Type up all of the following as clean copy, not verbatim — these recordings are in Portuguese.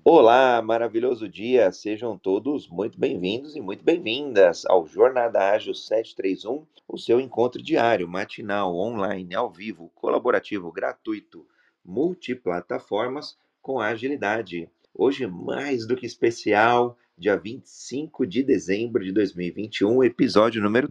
Olá, maravilhoso dia! Sejam todos muito bem-vindos e muito bem-vindas ao Jornada Ágil 731, o seu encontro diário, matinal, online, ao vivo, colaborativo, gratuito, multiplataformas com agilidade. Hoje, mais do que especial, dia 25 de dezembro de 2021, episódio número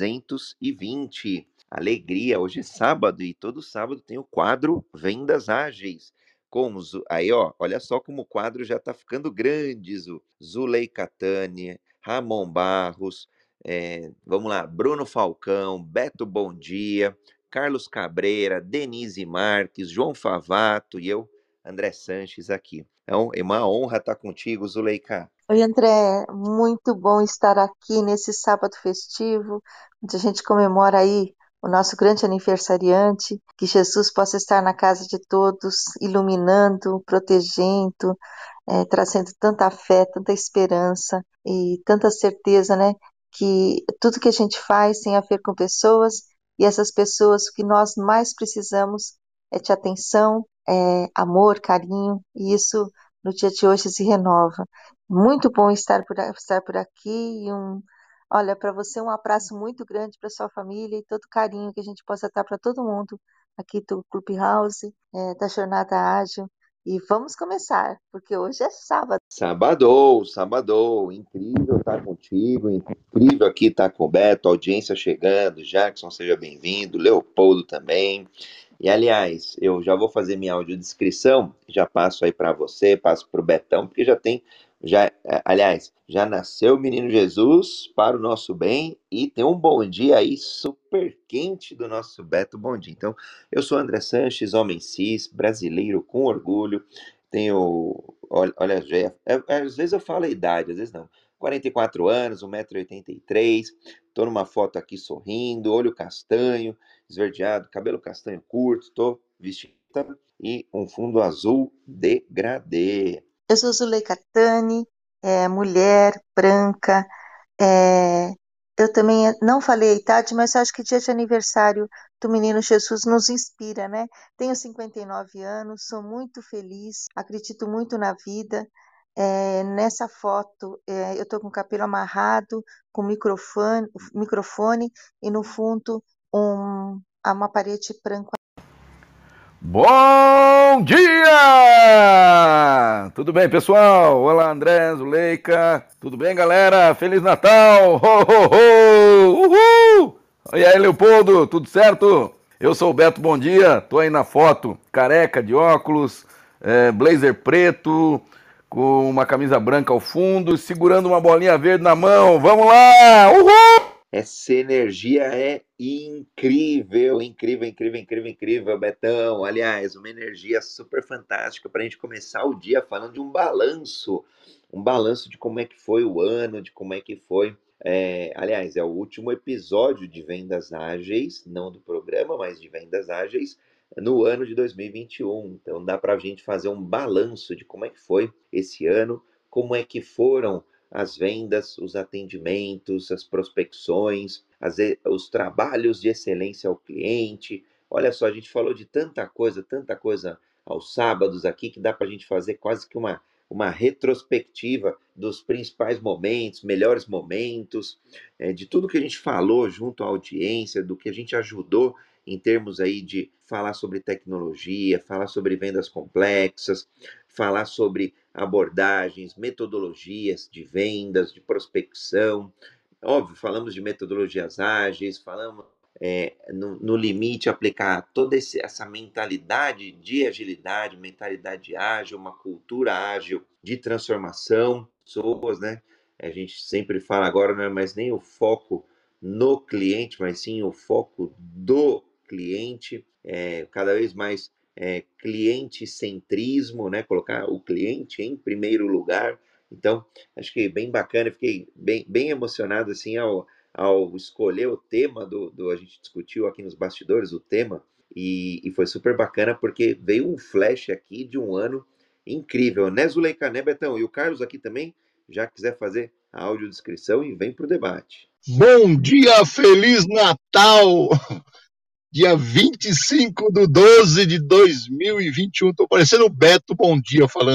320. Alegria, hoje é sábado e todo sábado tem o quadro Vendas Ágeis com aí, ó, olha só como o quadro já está ficando grande, Zuleika Tânia, Ramon Barros, vamos lá, Bruno Falcão, Beto Bom Dia, Carlos Cabreira, Denise Marques, João Favato e eu, André Sanches aqui. Então, é uma honra estar contigo, Zuleika. Oi, André, muito bom estar aqui nesse sábado festivo, onde a gente comemora aí o nosso grande aniversariante, que Jesus possa estar na casa de todos, iluminando, protegendo, trazendo tanta fé, tanta esperança e tanta certeza, né, que tudo que a gente faz tem a ver com pessoas e essas pessoas o que nós mais precisamos é de atenção, amor, carinho, e isso no dia de hoje se renova. Muito bom estar por aqui olha, para você um abraço muito grande para sua família e todo o carinho que a gente possa dar para todo mundo aqui do Clubhouse, da Jornada Ágil. E vamos começar, porque hoje é sábado. Sabadou, sabadou, incrível estar contigo, incrível aqui estar com o Beto, audiência chegando, Jackson, seja bem-vindo, Leopoldo também. E aliás, eu já vou fazer minha audiodescrição, já passo aí para você, passo para o Betão, porque aliás, já nasceu o menino Jesus para o nosso bem e tem um bom dia aí super quente do nosso Beto Bom Dia. Então, eu sou André Sanches, homem cis, brasileiro com orgulho, tenho, olha, às vezes eu falo a idade, às vezes não. 44 anos, 1,83 m, tô numa foto aqui sorrindo, olho castanho, esverdeado, cabelo castanho curto, tô vestido e um fundo azul degradê. Eu sou Zuleika Tani, mulher, branca. é, eu também não falei a idade, mas acho que dia de aniversário do Menino Jesus nos inspira, né? Tenho 59 anos, sou muito feliz, acredito muito na vida. Nessa foto, eu estou com o cabelo amarrado, com microfone e no fundo uma parede branca. Bom dia! Tudo bem, pessoal? Olá, André, Zuleika. Tudo bem, galera? Feliz Natal! Ho, ho, ho! Uhul! E aí, Leopoldo, tudo certo? Eu sou o Beto, bom dia. Tô aí na foto, careca, de óculos, blazer preto, com uma camisa branca ao fundo, segurando uma bolinha verde na mão. Vamos lá! Uhul! Essa energia é incrível, incrível, incrível, incrível, incrível, Betão. Aliás, uma energia super fantástica para a gente começar o dia falando de um balanço de como é que foi o ano, de como é que foi. Aliás, é o último episódio de Vendas Ágeis, não do programa, mas de Vendas Ágeis, no ano de 2021. Então dá para a gente fazer um balanço de como é que foi esse ano, como é que foram as vendas, os atendimentos, as prospecções, os trabalhos de excelência ao cliente. Olha só, a gente falou de tanta coisa aos sábados aqui, que dá para a gente fazer quase que uma retrospectiva dos principais momentos, melhores momentos, de tudo que a gente falou junto à audiência, do que a gente ajudou em termos aí de falar sobre tecnologia, falar sobre vendas complexas, falar sobre abordagens, metodologias de vendas, de prospecção. Óbvio, falamos de metodologias ágeis, falamos no limite aplicar toda essa mentalidade de agilidade, mentalidade ágil, uma cultura ágil de transformação, pessoas, né? A gente sempre fala agora, não é mais nem o foco no cliente, mas sim o foco do cliente, cada vez mais cliente-centrismo, né? Colocar o cliente em primeiro lugar. Então, acho que bem bacana, fiquei bem emocionado assim ao escolher o tema a gente discutiu aqui nos bastidores o tema, e foi super bacana porque veio um flash aqui de um ano incrível, né, Zuleika, né, Betão? E o Carlos aqui também, já quiser fazer a audiodescrição e vem para o debate. Bom dia, Feliz Natal! Dia 25 de 12 de 2021. Tô parecendo o Beto Bom Dia falando, né?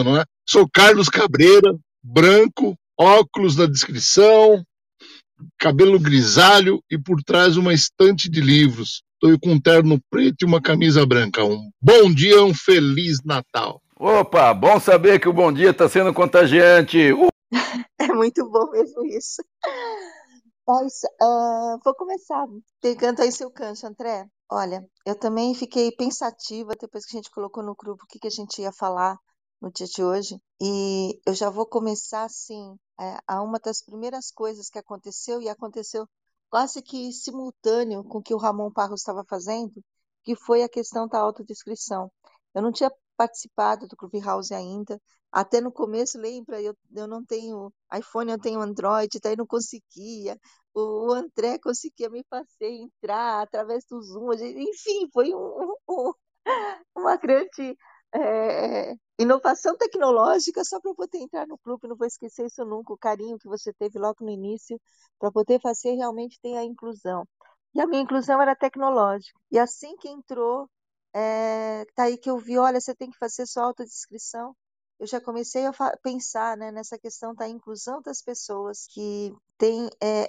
Sou Carlos Cabreira, branco, óculos na descrição, cabelo grisalho e por trás uma estante de livros. Estou com um terno preto e uma camisa branca. Um bom dia, um Feliz Natal. Opa, bom saber que o bom dia está sendo contagiante. É muito bom mesmo isso. Mas, vou começar pegando aí seu gancho, André. Olha, eu também fiquei pensativa depois que a gente colocou no grupo o que a gente ia falar no dia de hoje. E eu já vou começar assim, a uma das primeiras coisas que aconteceu, e aconteceu quase que simultâneo com o que o Ramon Parros estava fazendo, que foi a questão da autodescrição. Eu não tinha participado do Clubhouse ainda. Até no começo, lembra, eu não tenho iPhone, eu tenho Android, daí não conseguia. O André conseguia me fazer entrar através do Zoom. Enfim, foi uma grande inovação tecnológica só para eu poder entrar no clube. Não vou esquecer isso nunca, o carinho que você teve logo no início para poder fazer realmente ter a inclusão. E a minha inclusão era tecnológica. E assim que entrou, tá aí que eu vi, olha, você tem que fazer sua autodescrição. Eu já comecei a pensar, né, nessa questão da inclusão das pessoas que têm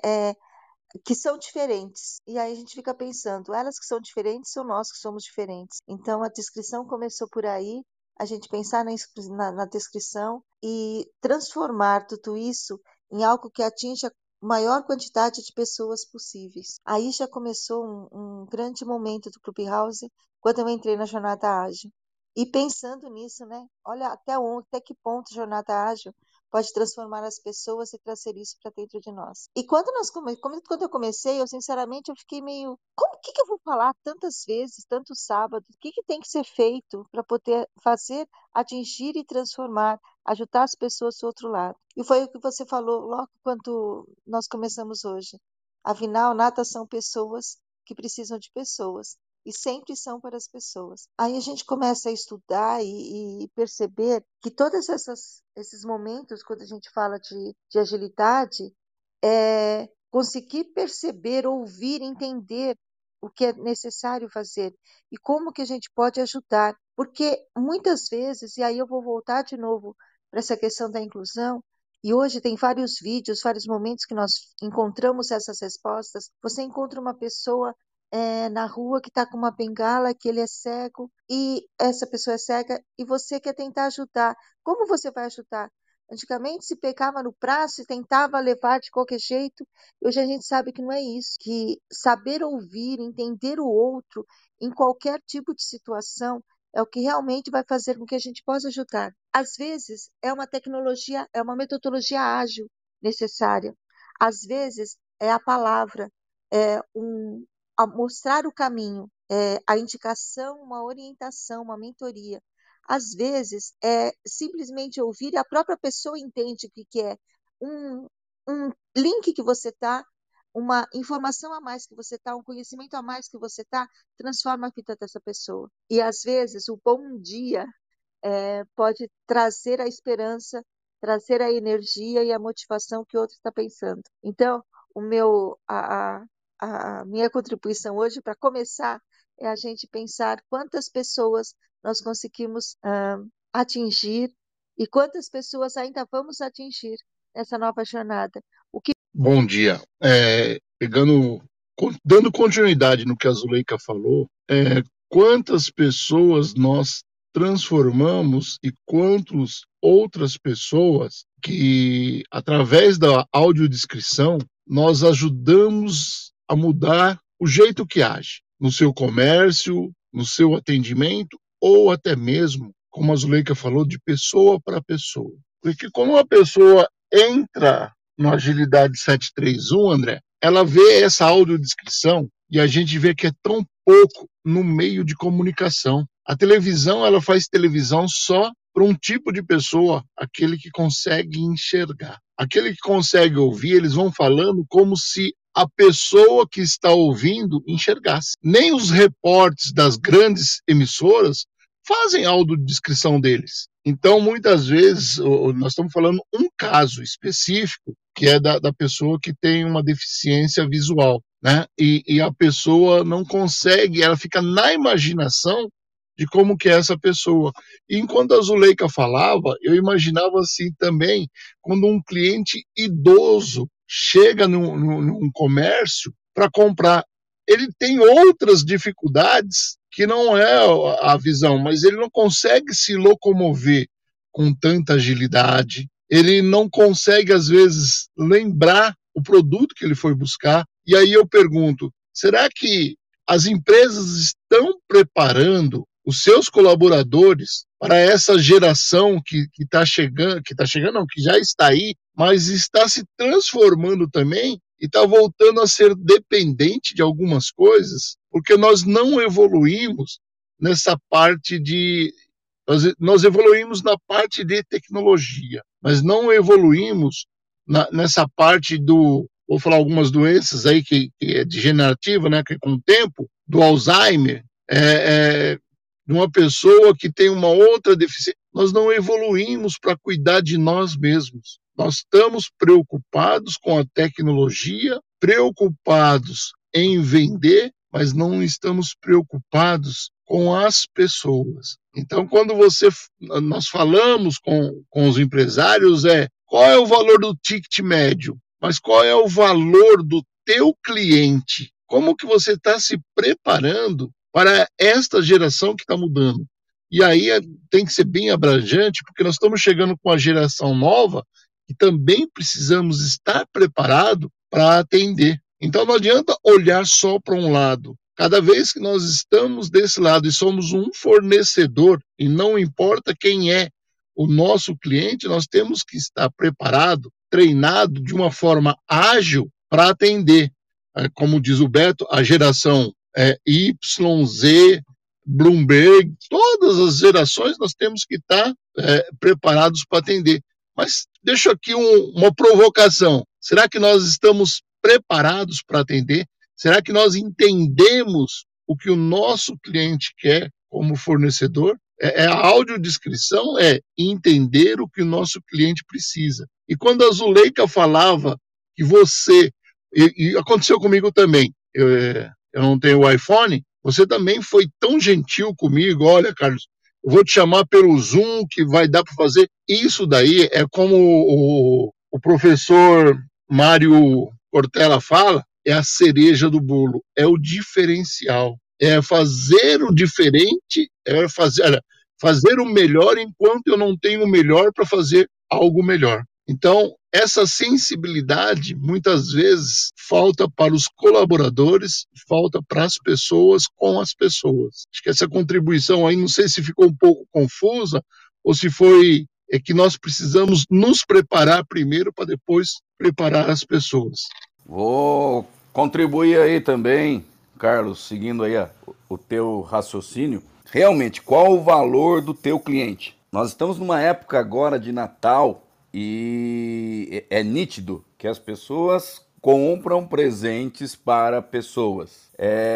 que são diferentes. E aí a gente fica pensando, elas que são diferentes ou nós que somos diferentes? Então a descrição começou por aí, a gente pensar na descrição e transformar tudo isso em algo que atinja a maior quantidade de pessoas possíveis. Aí já começou um grande momento do Clubhouse quando eu entrei na Jornada Ágil. E pensando nisso, né? Olha até que ponto a Jornada Ágil pode transformar as pessoas e trazer isso para dentro de nós. E quando eu comecei, eu sinceramente eu fiquei meio, que eu vou falar tantas vezes, tantos sábados? O que tem que ser feito para poder fazer, atingir e transformar, ajudar as pessoas do outro lado? E foi o que você falou logo quando nós começamos hoje. Afinal, nada são pessoas que precisam de pessoas. E sempre são para as pessoas. Aí a gente começa a estudar e perceber que todos esses momentos, quando a gente fala de agilidade, é conseguir perceber, ouvir, entender o que é necessário fazer e como que a gente pode ajudar. Porque muitas vezes, e aí eu vou voltar de novo para essa questão da inclusão, e hoje tem vários vídeos, vários momentos que nós encontramos essas respostas. Você encontra uma pessoa na rua que está com uma bengala, que ele é cego, e essa pessoa é cega, e você quer tentar ajudar. Como você vai ajudar? Antigamente se pegava no braço e tentava levar de qualquer jeito. Hoje a gente sabe que não é isso, que saber ouvir, entender o outro em qualquer tipo de situação é o que realmente vai fazer com que a gente possa ajudar. Às vezes é uma tecnologia, é uma metodologia ágil necessária. Às vezes é a palavra, é a mostrar o caminho, a indicação, uma orientação, uma mentoria. Às vezes é simplesmente ouvir e a própria pessoa entende o que é um link que você está, uma informação a mais que você está, um conhecimento a mais que você está, transforma a vida dessa pessoa. E às vezes o bom dia pode trazer a esperança, trazer a energia e a motivação que o outro está pensando. Então, a minha contribuição hoje, para começar, é a gente pensar quantas pessoas nós conseguimos atingir e quantas pessoas ainda vamos atingir nessa nova jornada. Bom dia. Dando continuidade no que a Zuleika falou, quantas pessoas nós transformamos e quantas outras pessoas que, através da audiodescrição, nós ajudamos a mudar o jeito que age no seu comércio, no seu atendimento ou até mesmo, como a Zuleika falou, de pessoa para pessoa. Porque quando uma pessoa entra no Agilidade 731, André, ela vê essa audiodescrição e a gente vê que é tão pouco no meio de comunicação. A televisão, ela faz televisão só para um tipo de pessoa, aquele que consegue enxergar. Aquele que consegue ouvir, eles vão falando como se a pessoa que está ouvindo enxergasse. Nem os repórteres das grandes emissoras fazem audiodescrição deles. Então, muitas vezes, nós estamos falando um caso específico, que é da pessoa que tem uma deficiência visual, né? E a pessoa não consegue, ela fica na imaginação de como que é essa pessoa. E enquanto a Zuleika falava, eu imaginava assim também, quando um cliente idoso chega num comércio para comprar, ele tem outras dificuldades que não é a visão, mas ele não consegue se locomover com tanta agilidade, ele não consegue, às vezes, lembrar o produto que ele foi buscar. E aí eu pergunto, será que as empresas estão preparando os seus colaboradores para essa geração que está chegando, não, que já está aí, mas está se transformando também e está voltando a ser dependente de algumas coisas, porque nós não evoluímos nessa parte de. Nós evoluímos na parte de tecnologia, mas não evoluímos nessa parte do. Vou falar algumas doenças aí que é degenerativa, né, que com o tempo, do Alzheimer, de uma pessoa que tem uma outra deficiência. Nós não evoluímos para cuidar de nós mesmos. Nós estamos preocupados com a tecnologia, preocupados em vender, mas não estamos preocupados com as pessoas. Então, quando nós falamos com os empresários, qual é o valor do ticket médio, mas qual é o valor do teu cliente? Como que você está se preparando para esta geração que está mudando? E aí tem que ser bem abrangente, porque nós estamos chegando com a geração nova e também precisamos estar preparado para atender. Então não adianta olhar só para um lado. Cada vez que nós estamos desse lado e somos um fornecedor, e não importa quem é o nosso cliente, nós temos que estar preparado, treinado de uma forma ágil para atender. Como diz o Beto, a geração Y, Z, Bloomberg, todas as gerações nós temos que estar preparados para atender. Mas deixo aqui uma provocação. Será que nós estamos preparados para atender? Será que nós entendemos o que o nosso cliente quer como fornecedor? A audiodescrição é entender o que o nosso cliente precisa. E quando a Zuleika falava que e aconteceu comigo também, eu não tenho o iPhone, você também foi tão gentil comigo, olha, Carlos, eu vou te chamar pelo Zoom, que vai dar para fazer. Isso daí é como o professor Mário Cortella fala, é a cereja do bolo, é o diferencial. É fazer o diferente, fazer o melhor enquanto eu não tenho o melhor para fazer algo melhor. Então, essa sensibilidade, muitas vezes, falta para os colaboradores, falta para as pessoas com as pessoas. Acho que essa contribuição aí, não sei se ficou um pouco confusa, ou se foi que nós precisamos nos preparar primeiro para depois preparar as pessoas. Vou contribuir aí também, Carlos, seguindo aí o teu raciocínio. Realmente, qual o valor do teu cliente? Nós estamos numa época agora de Natal e é nítido que as pessoas compram presentes para pessoas.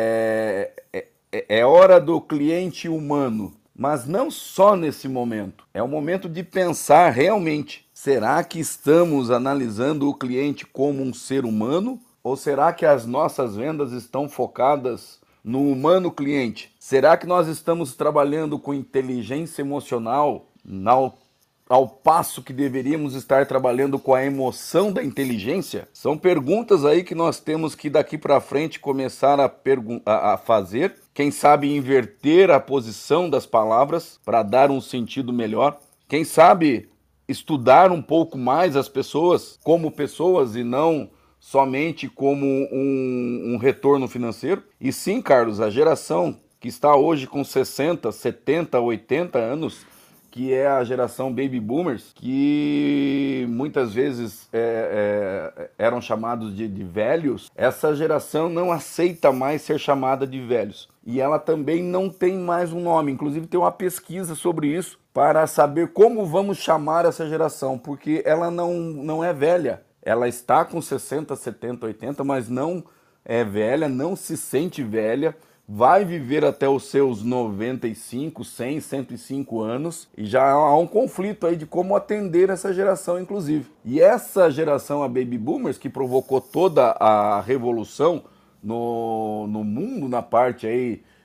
É hora do cliente humano, mas não só nesse momento. É o momento de pensar realmente. Será que estamos analisando o cliente como um ser humano? Ou será que as nossas vendas estão focadas no humano cliente? Será que nós estamos trabalhando com inteligência emocional ao passo que deveríamos estar trabalhando com a emoção da inteligência? São perguntas aí que nós temos que daqui para frente começar a fazer. Quem sabe inverter a posição das palavras para dar um sentido melhor. Quem sabe estudar um pouco mais as pessoas como pessoas e não somente como um retorno financeiro. E sim, Carlos, a geração que está hoje com 60, 70, 80 anos, que é a geração Baby Boomers, que muitas vezes eram chamados de velhos, essa geração não aceita mais ser chamada de velhos. E ela também não tem mais um nome. Inclusive tem uma pesquisa sobre isso para saber como vamos chamar essa geração, porque ela não é velha. Ela está com 60, 70, 80, mas não é velha, não se sente velha, vai viver até os seus 95, 100, 105 anos, e já há um conflito aí de como atender essa geração, inclusive. E essa geração, a Baby Boomers, que provocou toda a revolução no mundo, na parte aí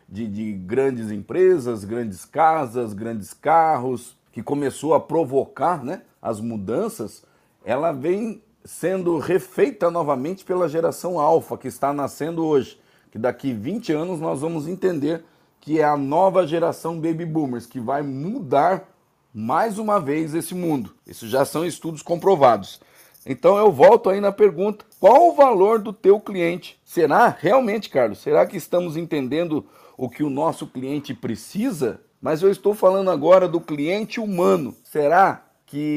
de grandes empresas, grandes casas, grandes carros, que começou a provocar, né, as mudanças, ela vem sendo refeita novamente pela geração alfa que está nascendo hoje, que daqui 20 anos nós vamos entender que é a nova geração baby boomers, que vai mudar mais uma vez esse mundo. Isso já são estudos comprovados. Então eu volto aí na pergunta: qual o valor do teu cliente? Será realmente, Carlos? Será que estamos entendendo o que o nosso cliente precisa? Mas eu estou falando agora do cliente humano. Será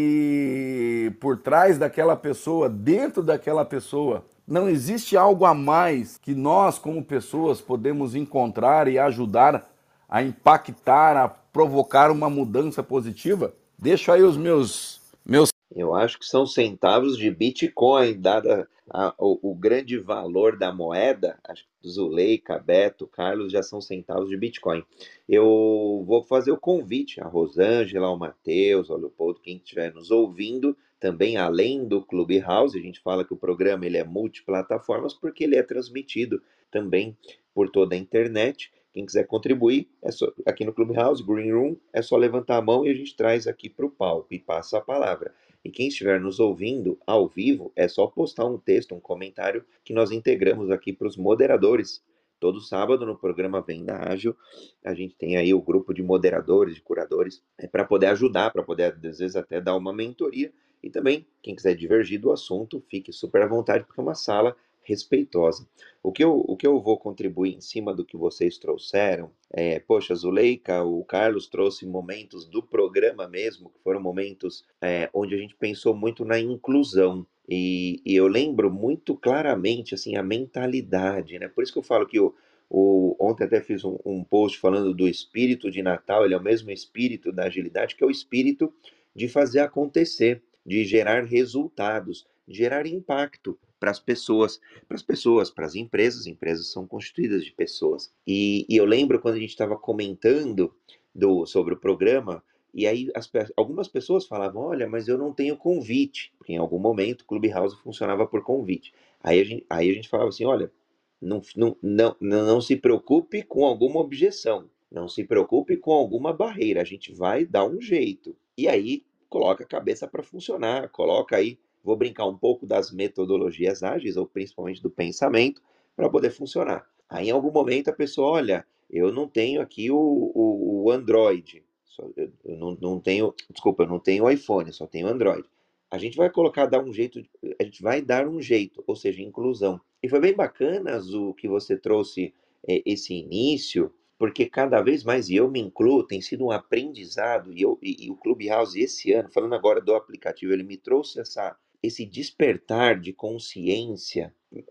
que por trás daquela pessoa, dentro daquela pessoa, não existe algo a mais que nós, como pessoas, podemos encontrar e ajudar a impactar, a provocar uma mudança positiva? Deixo aí os meus. Eu acho que são centavos de Bitcoin, dada o grande valor da moeda. Acho que Zuleika, Beto, Carlos já são centavos de Bitcoin. Eu vou fazer o convite a Rosângela, ao Matheus, ao Leopoldo, quem estiver nos ouvindo, também além do Clubhouse. A gente fala que o programa ele é multiplataformas porque ele é transmitido também por toda a internet. Quem quiser contribuir, aqui no Clubhouse, Green Room, é só levantar a mão e a gente traz aqui para o palco e passa a palavra. E quem estiver nos ouvindo ao vivo, é só postar um texto, um comentário que nós integramos aqui para os moderadores. Todo sábado no programa Venda Ágil, a gente tem aí o grupo de moderadores, de curadores, para poder ajudar, para poder, às vezes, até dar uma mentoria. E também, quem quiser divergir do assunto, fique super à vontade, porque é uma sala respeitosa. O que eu vou contribuir em cima do que vocês trouxeram poxa, Zuleika, o Carlos trouxe momentos do programa mesmo, que foram momentos onde a gente pensou muito na inclusão. E eu lembro muito claramente assim a mentalidade, né? Por isso que eu falo que ontem até fiz um post falando do espírito de Natal, ele é o mesmo espírito da agilidade, que é o espírito de fazer acontecer, de gerar resultados, de gerar impacto para as pessoas, para as empresas são constituídas de pessoas. E eu lembro quando a gente estava comentando sobre o programa, e aí algumas pessoas falavam, olha, mas eu não tenho convite, porque em algum momento o Clubhouse funcionava por convite. Aí a gente falava assim, olha, não se preocupe com alguma objeção, não se preocupe com alguma barreira, a gente vai dar um jeito. E aí coloca a cabeça para funcionar, coloca aí, vou brincar um pouco das metodologias ágeis, ou principalmente do pensamento, para poder funcionar. Aí em algum momento a pessoa, olha, eu não tenho aqui o Android, eu não tenho, desculpa, eu não tenho o iPhone, só tenho Android. A gente vai dar um jeito, a gente vai dar um jeito, ou seja, inclusão. E foi bem bacana, Zu, que você trouxe esse início, porque cada vez mais, e eu me incluo, tem sido um aprendizado, e o Clubhouse esse ano, falando agora do aplicativo, ele me trouxe esse despertar de consciência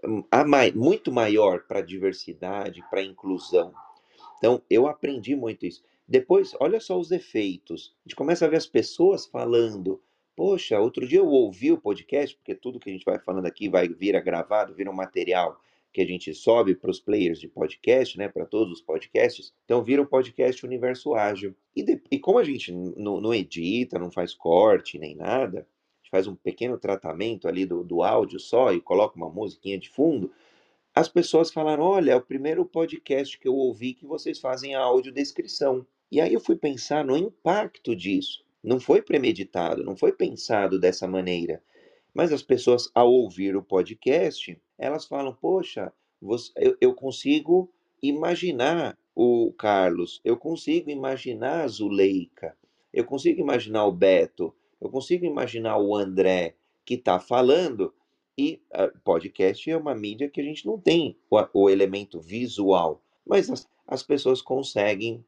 muito maior para a diversidade, para a inclusão. Então, eu aprendi muito isso. Depois, olha só os efeitos. A gente começa a ver as pessoas falando. Poxa, outro dia eu ouvi o podcast, porque tudo que a gente vai falando aqui vai vir gravado, vira um material que a gente sobe para os players de podcast, né, para todos os podcasts. Então, vira o podcast Universo Ágil. E como a gente não edita, não faz corte nem nada, a gente faz um pequeno tratamento ali do áudio só e coloca uma musiquinha de fundo, as pessoas falaram: olha, é o primeiro podcast que eu ouvi que vocês fazem a audiodescrição. E aí eu fui pensar no impacto disso. Não foi premeditado, não foi pensado dessa maneira. Mas as pessoas, ao ouvir o podcast, elas falam: poxa, eu consigo imaginar o Carlos, eu consigo imaginar a Zuleika, eu consigo imaginar o Beto, eu consigo imaginar o André que está falando. E podcast é uma mídia que a gente não tem o elemento visual, mas as pessoas conseguem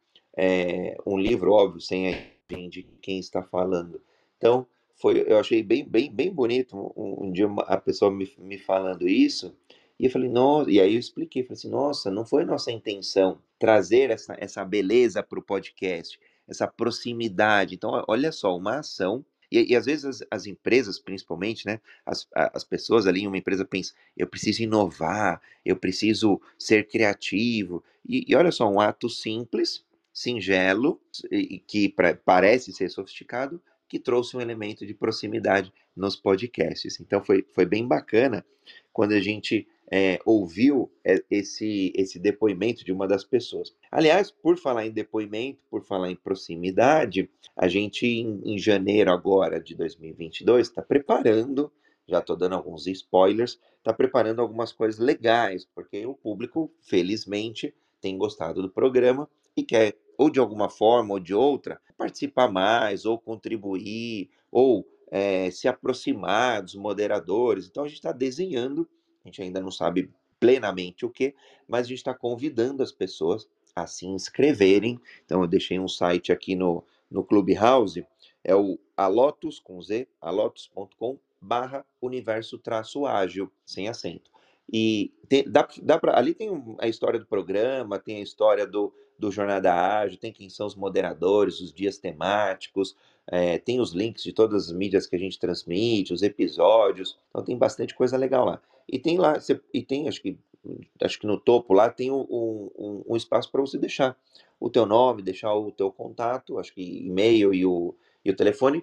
um livro, óbvio, sem a imagem de quem está falando. Então, eu achei bem bonito um dia a pessoa me falando isso, e eu falei, nossa, e aí eu expliquei, falei assim, nossa, não foi nossa intenção trazer essa beleza para o podcast, essa proximidade. Então, olha só, uma ação, e às vezes as empresas, principalmente, né, as pessoas ali em uma empresa pensam, eu preciso inovar, eu preciso ser criativo, e olha só, um ato simples, singelo, e que parece ser sofisticado, que trouxe um elemento de proximidade nos podcasts. Então foi bem bacana quando a gente ouviu esse depoimento de uma das pessoas. Aliás, por falar em depoimento, por falar em proximidade, a gente em janeiro agora de 2022 está preparando, já estou dando alguns spoilers, está preparando algumas coisas legais, porque o público, felizmente, tem gostado do programa e quer, ou de alguma forma ou de outra, participar mais, ou contribuir, ou se aproximar dos moderadores. Então a gente está desenhando, a gente ainda não sabe plenamente o que, mas a gente está convidando as pessoas a se inscreverem. Então eu deixei um site aqui no Clubhouse, é o alotus, com Z, alotus.com barra universo traço ágil, sem acento. E ali tem a história do programa, tem a história do Jornada Ágil, tem quem são os moderadores, os dias temáticos, tem os links de todas as mídias que a gente transmite, os episódios, então tem bastante coisa legal lá. E tem lá, e tem, acho que no topo lá tem um espaço para você deixar o teu nome, deixar o teu contato, acho que e-mail e o telefone,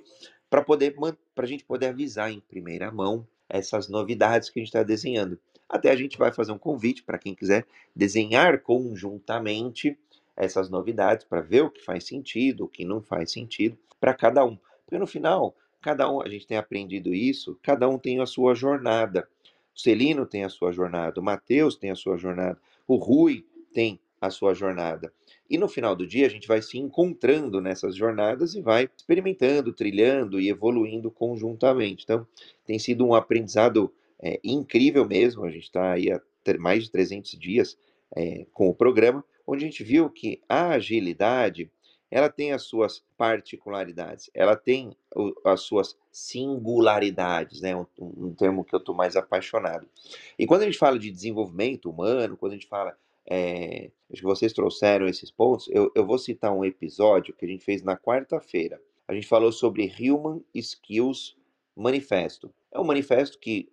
para a gente poder avisar em primeira mão essas novidades que a gente está desenhando. Até a gente vai fazer um convite para quem quiser desenhar conjuntamente essas novidades para ver o que faz sentido, o que não faz sentido para cada um. Porque no final, cada um, a gente tem aprendido isso, cada um tem a sua jornada. O Celino tem a sua jornada, o Matheus tem a sua jornada, o Rui tem a sua jornada. E no final do dia a gente vai se encontrando nessas jornadas e vai experimentando, trilhando e evoluindo conjuntamente. Então, tem sido um aprendizado incrível mesmo. A gente está aí há mais de 300 dias com o programa, onde a gente viu que a agilidade ela tem as suas particularidades, ela tem as suas singularidades, né? Um termo que eu estou mais apaixonado. E quando a gente fala de desenvolvimento humano, quando a gente fala, acho que vocês trouxeram esses pontos, eu vou citar um episódio que a gente fez na quarta-feira. A gente falou sobre Human Skills Manifesto. É um manifesto que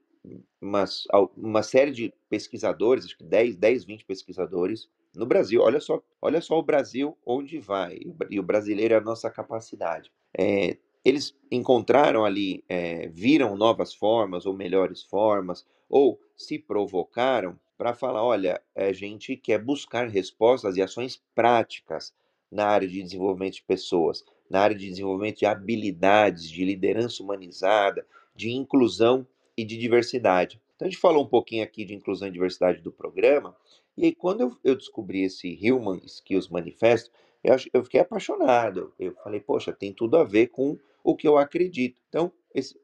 uma série de pesquisadores, acho que 10, 20 pesquisadores, no Brasil, olha só o Brasil onde vai, e o brasileiro é a nossa capacidade. Eles encontraram ali, viram novas formas ou melhores formas, ou se provocaram para falar: olha, a gente quer buscar respostas e ações práticas na área de desenvolvimento de pessoas, na área de desenvolvimento de habilidades, de liderança humanizada, de inclusão e de diversidade. Então a gente falou um pouquinho aqui de inclusão e diversidade do programa, e aí quando eu descobri esse Human Skills Manifesto, eu fiquei apaixonado. Eu falei, poxa, tem tudo a ver com o que eu acredito. Então,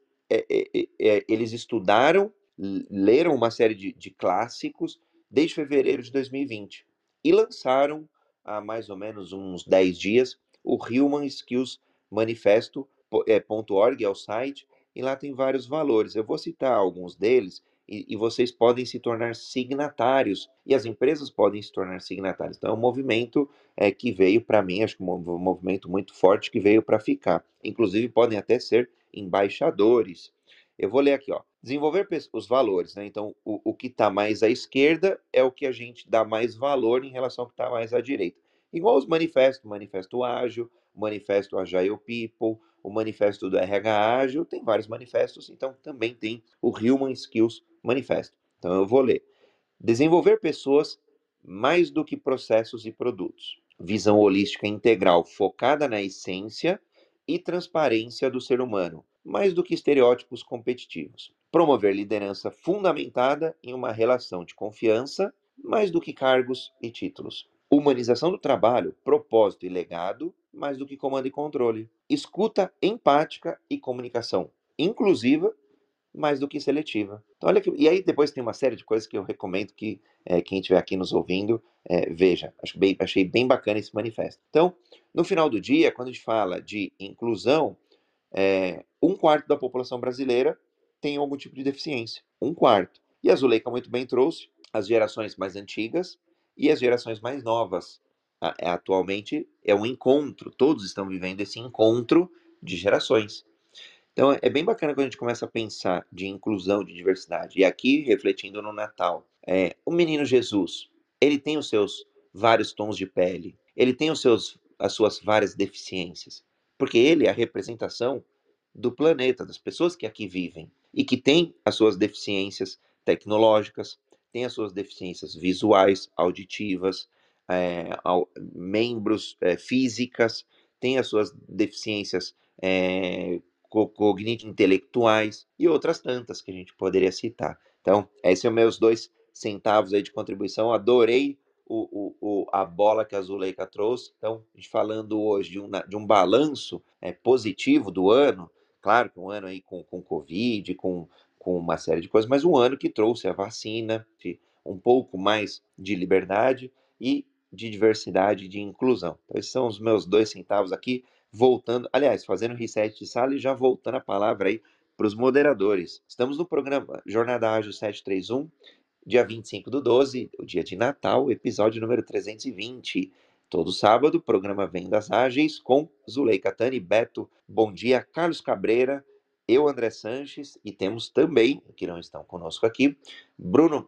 eles estudaram, leram uma série de clássicos desde fevereiro de 2020 e lançaram há mais ou menos uns 10 dias o Human Skills Manifesto.org, é o site, e lá tem vários valores. Eu vou citar alguns deles e vocês podem se tornar signatários e as empresas podem se tornar signatários. Então é um movimento que veio para mim, acho que um movimento muito forte que veio para ficar. Inclusive podem até ser embaixadores. Eu vou ler aqui, ó. Desenvolver os valores, né? Então, o que está mais à esquerda é o que a gente dá mais valor em relação ao que está mais à direita. Igual os manifestos, Manifesto Ágil, Manifesto Agile People, o Manifesto do RH Ágil, tem vários manifestos, então também tem o Human Skills Manifesto. Então eu vou ler. Desenvolver pessoas mais do que processos e produtos. Visão holística integral focada na essência e transparência do ser humano, mais do que estereótipos competitivos. Promover liderança fundamentada em uma relação de confiança, mais do que cargos e títulos. Humanização do trabalho, propósito e legado, mais do que comando e controle. Escuta empática e comunicação inclusiva, mais do que seletiva. Então, olha que, e aí depois tem uma série de coisas que eu recomendo que quem estiver aqui nos ouvindo veja. Achei bem bacana esse manifesto. Então, no final do dia, quando a gente fala de inclusão, um quarto da população brasileira tem algum tipo de deficiência. Um quarto. E a Zuleika muito bem trouxe as gerações mais antigas e as gerações mais novas. Atualmente é um encontro, todos estão vivendo esse encontro de gerações. Então é bem bacana quando a gente começa a pensar de inclusão, de diversidade. E aqui, refletindo no Natal, o menino Jesus, ele tem os seus vários tons de pele, ele tem as suas várias deficiências, porque ele é a representação do planeta, das pessoas que aqui vivem e que têm as suas deficiências tecnológicas, tem as suas deficiências visuais, auditivas, membros físicas, tem as suas deficiências cognitivas, intelectuais e outras tantas que a gente poderia citar. Então, esses são meus 2 centavos aí de contribuição. Adorei a bola que a Zuleika trouxe. Então, a gente falando hoje de um balanço positivo do ano, claro que um ano aí com Covid, com uma série de coisas, mas um ano que trouxe a vacina, um pouco mais de liberdade e de diversidade e de inclusão. Então, esses são os meus 2 centavos aqui, voltando, aliás, fazendo reset de sala e já voltando a palavra aí para os moderadores. Estamos no programa Jornada Ágil 731, dia 25/12, o dia de Natal, episódio número 320. Todo sábado, programa Vendas Ágeis com Zuleika Tani, Beto, bom dia, Carlos Cabreira, eu, André Sanches, e temos também, que não estão conosco aqui, Bruno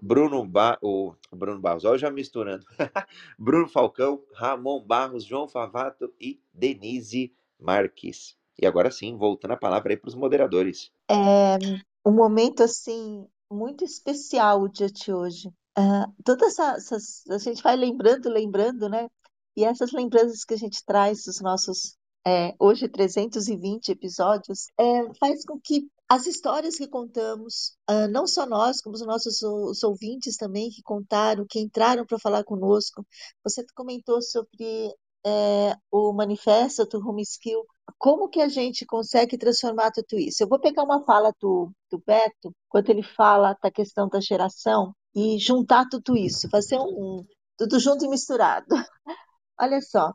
Barros, olha já misturando, Bruno Falcão, Ramon Barros, João Favato e Denise Marques. E agora sim, voltando a palavra aí para os moderadores. É um momento assim muito especial o dia de hoje. Todas a gente vai lembrando, né? E essas lembranças que a gente traz dos nossos hoje 320 episódios faz com que as histórias que contamos, não só nós, como os ouvintes também que contaram, que entraram para falar conosco. Você comentou sobre o manifesto do Home Skill. Como que a gente consegue transformar tudo isso? Eu vou pegar uma fala do Beto, quando ele fala da questão da geração, e juntar tudo isso, fazer tudo junto e misturado. Olha só,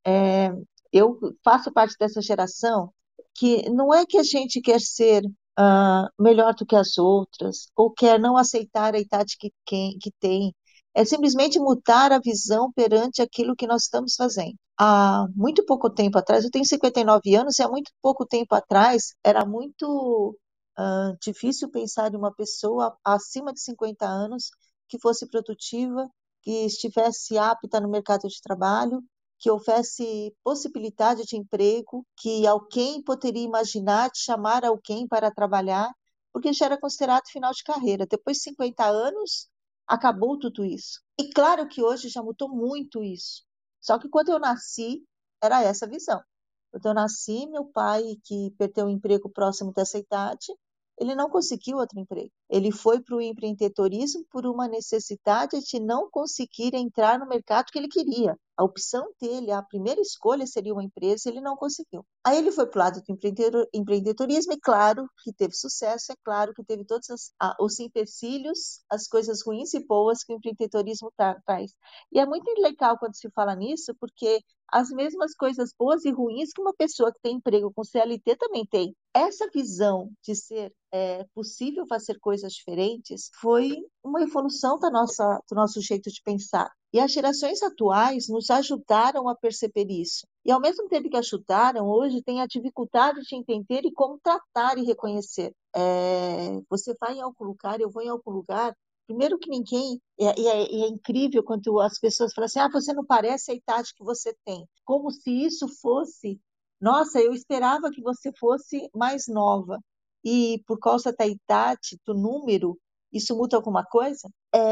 eu faço parte dessa geração que não é que a gente quer ser melhor do que as outras, ou quer não aceitar a idade que tem, é simplesmente mudar a visão perante aquilo que nós estamos fazendo. Há muito pouco tempo atrás, eu tenho 59 anos, e há muito pouco tempo atrás era muito difícil pensar em uma pessoa acima de 50 anos que fosse produtiva, que estivesse apta no mercado de trabalho, que houvesse possibilidade de emprego, que alguém poderia imaginar de chamar alguém para trabalhar, porque já era considerado final de carreira. Depois de 50 anos, acabou tudo isso. E claro que hoje já mudou muito isso. Só que quando eu nasci, era essa a visão. Quando eu nasci, meu pai, que perdeu o emprego próximo dessa idade, ele não conseguiu outro emprego. Ele foi para o empreendedorismo por uma necessidade de não conseguir entrar no mercado que ele queria. A opção dele, a primeira escolha seria uma empresa, e ele não conseguiu. Aí ele foi para o lado do empreendedorismo, e claro que teve sucesso, é claro que teve todos os empecilhos, as coisas ruins e boas que o empreendedorismo traz. E é muito legal quando se fala nisso, porque as mesmas coisas boas e ruins que uma pessoa que tem emprego com CLT também tem. Essa visão de ser possível fazer coisas diferentes foi uma evolução do nosso jeito de pensar. E as gerações atuais nos ajudaram a perceber isso. E ao mesmo tempo que ajudaram, hoje tem a dificuldade de entender e como tratar e reconhecer. Você vai em algum lugar, eu vou em algum lugar. Primeiro que ninguém, é incrível quando as pessoas falam assim, você não parece a idade que você tem. Como se isso fosse, nossa, eu esperava que você fosse mais nova. E por causa da idade, do número, isso muda alguma coisa?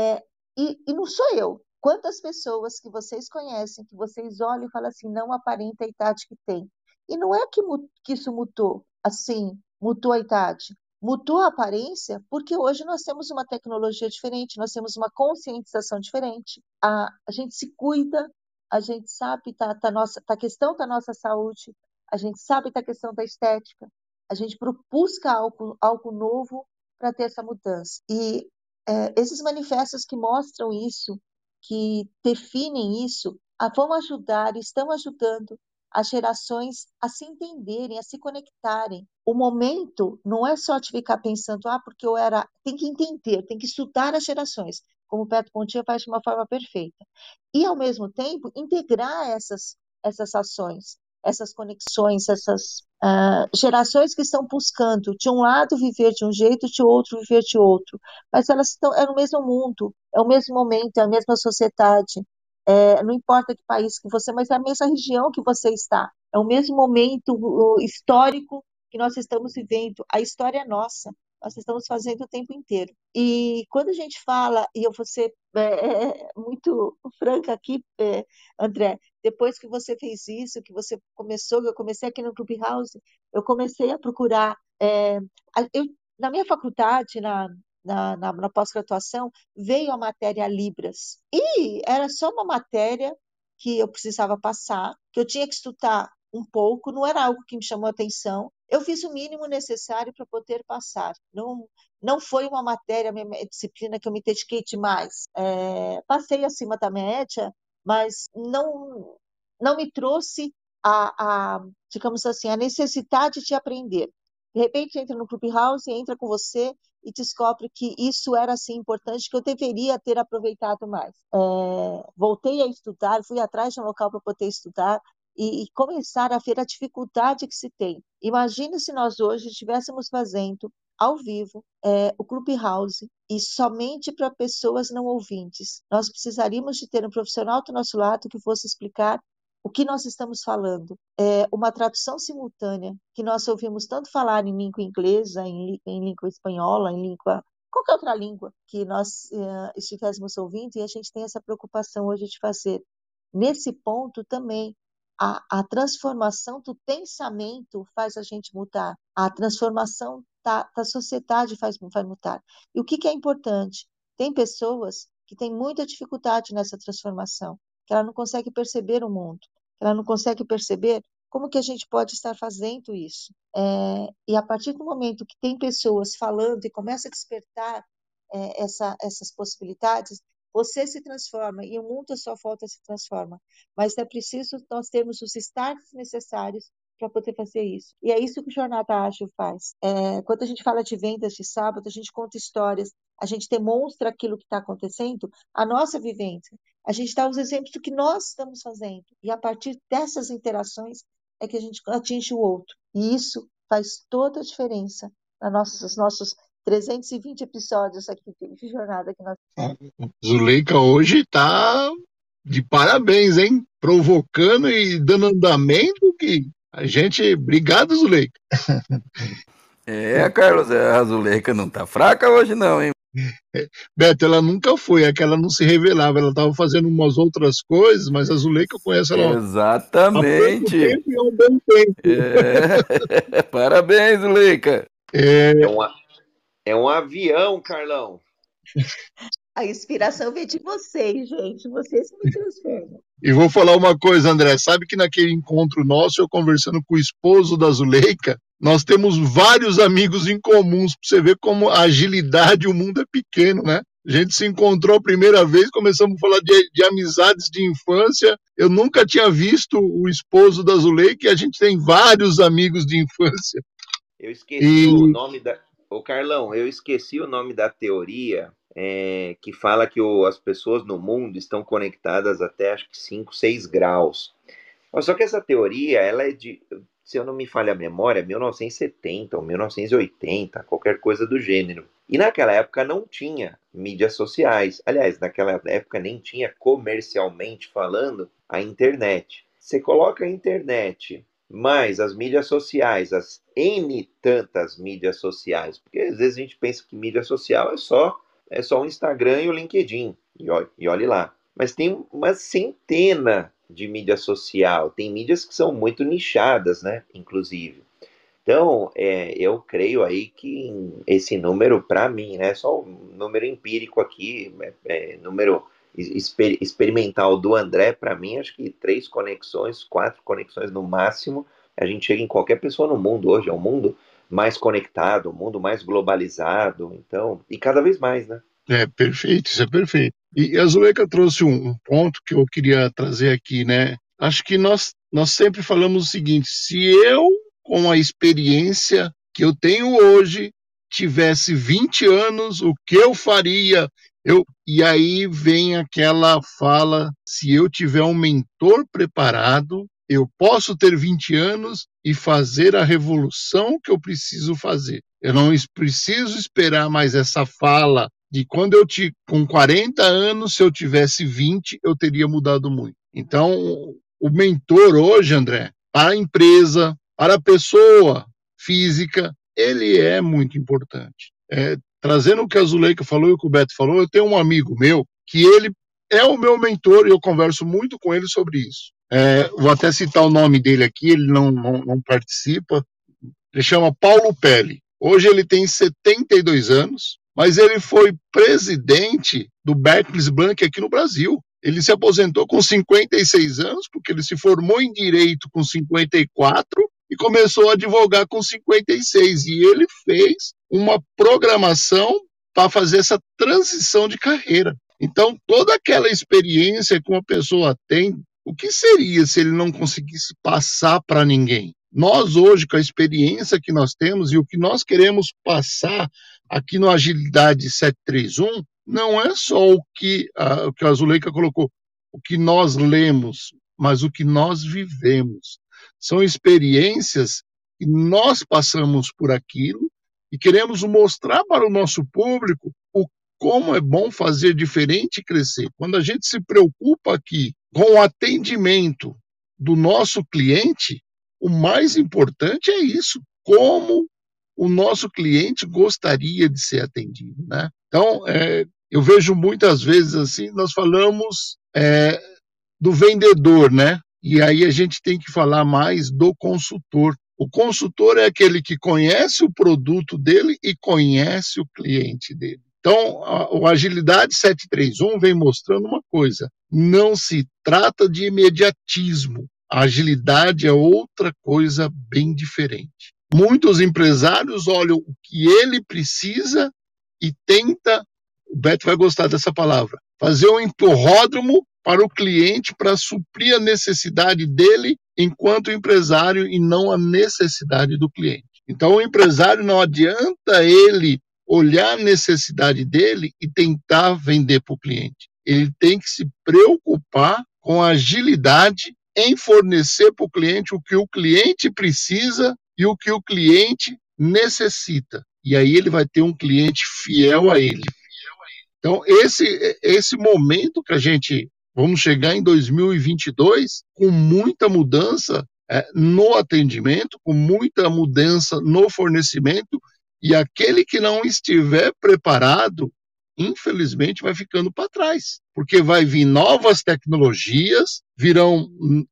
E não sou eu. Quantas pessoas que vocês conhecem, que vocês olham e falam assim, não aparenta a idade que tem. E não é que isso mudou, assim, mudou a idade. Mudou a aparência porque hoje nós temos uma tecnologia diferente, nós temos uma conscientização diferente. A gente se cuida, a gente sabe da questão da nossa saúde, a gente sabe da questão da estética, a gente busca algo novo para ter essa mudança. E esses manifestos que mostram isso, que definem isso, vão ajudar, estão ajudando as gerações a se entenderem, a se conectarem. O momento não é só de ficar pensando, porque eu era. Tem que entender, tem que estudar as gerações, como o Beto Pontinha faz de uma forma perfeita. E, ao mesmo tempo, integrar essas ações, essas conexões, essas gerações que estão buscando, de um lado, viver de um jeito, de outro, viver de outro. Mas elas estão, é no mesmo mundo, é o mesmo momento, é a mesma sociedade. Não importa que país que você, mas é a mesma região que você está. É o mesmo momento histórico que nós estamos vivendo. A história é nossa. nós estamos fazendo o tempo inteiro. E quando a gente fala, e eu vou ser muito franca aqui, André, depois que você fez isso, que você começou, eu comecei aqui no Clubhouse, eu comecei a procurar. Na minha faculdade, na pós-graduação, veio a matéria Libras. E era só uma matéria que eu precisava passar, que eu tinha que estudar um pouco, não era algo que me chamou a atenção. Eu fiz o mínimo necessário para poder passar. Não foi uma matéria, minha disciplina que eu me dediquei demais. Passei acima da média, mas não me trouxe digamos assim, a necessidade de aprender. De repente entra no Clubhouse, entra com você e descobre que isso era assim importante, que eu deveria ter aproveitado mais. Voltei a estudar, fui atrás de um local para poder estudar e começar a ver a dificuldade que se tem. Imagine se nós hoje estivéssemos fazendo ao vivo o Clubhouse e somente para pessoas não ouvintes. Nós precisaríamos de ter um profissional do nosso lado que fosse explicar o que nós estamos falando. Uma tradução simultânea, que nós ouvimos tanto falar em língua inglesa, em língua espanhola, em língua qualquer outra língua que nós estivéssemos ouvindo, e a gente tem essa preocupação hoje de fazer. Nesse ponto também, a transformação do pensamento faz a gente mudar, a transformação da sociedade vai mudar. E o que é importante? Tem pessoas que têm muita dificuldade nessa transformação, que ela não consegue perceber o mundo, que ela não consegue perceber como que a gente pode estar fazendo isso. E a partir do momento que tem pessoas falando e começa a despertar essas possibilidades, você se transforma e o mundo à sua volta se transforma. Mas é preciso nós termos os starts necessários para poder fazer isso. E é isso que o Jornada Ágil faz. Quando a gente fala de vendas de sábado, a gente conta histórias, a gente demonstra aquilo que está acontecendo, a nossa vivência. A gente dá os exemplos do que nós estamos fazendo. E a partir dessas interações é que a gente atinge o outro. E isso faz toda a diferença nos nossos 320 episódios aqui de jornada que nós. Zuleika hoje está de parabéns, hein? Provocando e dando andamento que a gente... Obrigado, Zuleika. Carlos, a Zuleika não tá fraca hoje não, hein? Beto, ela nunca foi, é que ela não se revelava, ela estava fazendo umas outras coisas, mas a Zuleika eu conheço ela exatamente. há pouco tempo e há um bom tempo. Parabéns, Zuleika. É um avião, Carlão. A inspiração vem de vocês, gente. Vocês que me transformam. E vou falar uma coisa, André. Sabe que naquele encontro nosso, eu conversando com o esposo da Zuleika, nós temos vários amigos em comuns, para você ver como a agilidade, o mundo é pequeno, né? A gente se encontrou a primeira vez, começamos a falar de amizades de infância. Eu nunca tinha visto o esposo da Zuleika e a gente tem vários amigos de infância. Eu esqueci o nome da... Ô, Carlão, eu esqueci o nome da teoria que fala que as pessoas no mundo estão conectadas até, acho que 5, 6 graus. Só que essa teoria, ela é de, se eu não me falha a memória, 1970 ou 1980, qualquer coisa do gênero. E naquela época não tinha mídias sociais. Aliás, naquela época nem tinha, comercialmente falando, a internet. Você coloca a internet mais as mídias sociais, as N tantas mídias sociais, porque às vezes a gente pensa que mídia social é só o Instagram e o LinkedIn, e olhe lá. Mas tem uma centena de mídia social, tem mídias que são muito nichadas, né, inclusive. Então, eu creio aí que esse número, para mim, né, só um número empírico aqui, número experimental do André, para mim, acho que 3 conexões, 4 conexões no máximo, a gente chega em qualquer pessoa no mundo hoje, é um mundo mais conectado, um mundo mais globalizado, então, e cada vez mais, né? Perfeito, isso é perfeito. E a Zuleika trouxe um ponto que eu queria trazer aqui, né? Acho que nós sempre falamos o seguinte: se eu, com a experiência que eu tenho hoje, tivesse 20 anos, o que eu faria? E aí vem aquela fala: se eu tiver um mentor preparado, eu posso ter 20 anos e fazer a revolução que eu preciso fazer. Eu não preciso esperar mais essa fala de quando com 40 anos, se eu tivesse 20, eu teria mudado muito. Então, o mentor hoje, André, para a empresa, para a pessoa física, ele é muito importante. Trazendo o que a Zuleika falou e o que o Beto falou, eu tenho um amigo meu que ele é o meu mentor e eu converso muito com ele sobre isso. Vou até citar o nome dele aqui, ele não participa. Ele chama Paulo Pelli. Hoje ele tem 72 anos, mas ele foi presidente do Bertelsmann Blanc aqui no Brasil. Ele se aposentou com 56 anos, porque ele se formou em Direito com 54 e começou a advogar com 56. E ele fez uma programação para fazer essa transição de carreira. Então, toda aquela experiência que uma pessoa tem, o que seria se ele não conseguisse passar para ninguém? Nós hoje, com a experiência que nós temos e o que nós queremos passar aqui no Agilidade 731, não é só o que a Zuleika colocou, o que nós lemos, mas o que nós vivemos. São experiências que nós passamos por aquilo e queremos mostrar para o nosso público como é bom fazer diferente e crescer. Quando a gente se preocupa aqui com o atendimento do nosso cliente, o mais importante é isso, como o nosso cliente gostaria de ser atendido, né? Então, eu vejo muitas vezes assim, nós falamos do vendedor, né? E aí a gente tem que falar mais do consultor. O consultor é aquele que conhece o produto dele e conhece o cliente dele. Então, o Agilidade 731 vem mostrando uma coisa: não se trata de imediatismo. A agilidade é outra coisa bem diferente. Muitos empresários olham o que ele precisa e tenta, o Beto vai gostar dessa palavra, fazer um empurródromo para o cliente para suprir a necessidade dele enquanto empresário e não a necessidade do cliente. Então, o empresário não adianta ele olhar a necessidade dele e tentar vender para o cliente. Ele tem que se preocupar com a agilidade em fornecer para o cliente o que o cliente precisa e o que o cliente necessita. E aí ele vai ter um cliente fiel a ele. Então, esse momento que a gente vamos chegar em 2022 com muita mudança no atendimento, com muita mudança no fornecimento, e aquele que não estiver preparado, infelizmente, vai ficando para trás, porque vai vir novas tecnologias, virão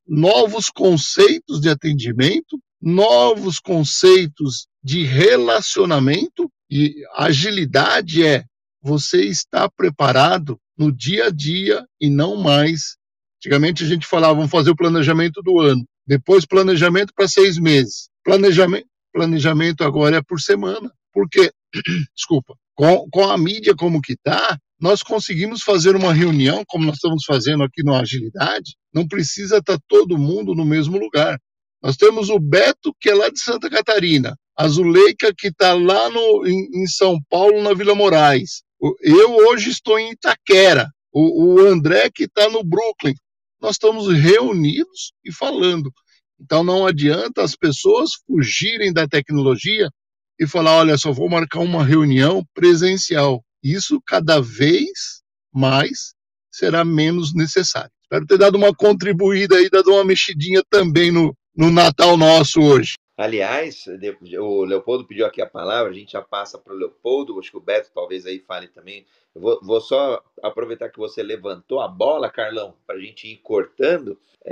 novos conceitos de atendimento, novos conceitos de relacionamento, e agilidade você está preparado no dia a dia e não mais. Antigamente a gente falava, vamos fazer o planejamento do ano, depois planejamento para 6 meses. Planejamento agora é por semana, porque, desculpa, com a mídia como que está, nós conseguimos fazer uma reunião, como nós estamos fazendo aqui no Agilidade, não precisa estar todo mundo no mesmo lugar. Nós temos o Beto, que é lá de Santa Catarina, a Zuleika, que está lá em São Paulo, na Vila Moraes. Eu hoje estou em Itaquera, o André, que está no Brooklyn. Nós estamos reunidos e falando. Então não adianta as pessoas fugirem da tecnologia e falar, olha, só vou marcar uma reunião presencial. Isso cada vez mais será menos necessário. Espero ter dado uma contribuída aí, dado uma mexidinha também no Natal nosso hoje. Aliás, o Leopoldo pediu aqui a palavra, a gente já passa para o Leopoldo, acho que o Beto talvez aí fale também. Eu vou só aproveitar que você levantou a bola, Carlão, para a gente ir cortando.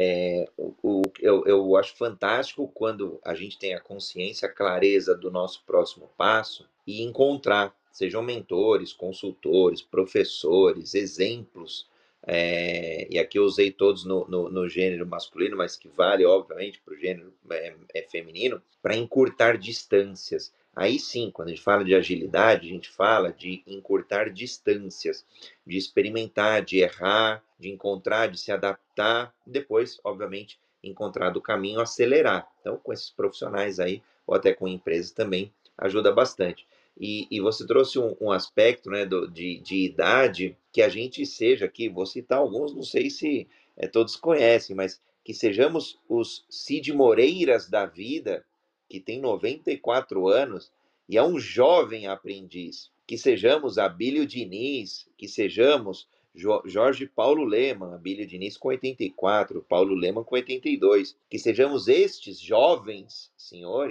Eu acho fantástico quando a gente tem a consciência, a clareza do nosso próximo passo e encontrar, sejam mentores, consultores, professores, exemplos. E aqui eu usei todos no gênero masculino, mas que vale, obviamente, para o gênero feminino, para encurtar distâncias. Aí sim, quando a gente fala de agilidade, a gente fala de encurtar distâncias, de experimentar, de errar, de encontrar, de se adaptar, e depois, obviamente, encontrar do caminho, acelerar. Então, com esses profissionais aí, ou até com empresas também, ajuda bastante. E você trouxe um aspecto, né, de idade, que a gente seja aqui, vou citar alguns, não sei se todos conhecem, mas que sejamos os Cid Moreiras da vida, que tem 94 anos, e é um jovem aprendiz, que sejamos Abílio Diniz, que sejamos Jorge Paulo Leman, Abílio Diniz com 84, Paulo Leman com 82, que sejamos estes jovens senhores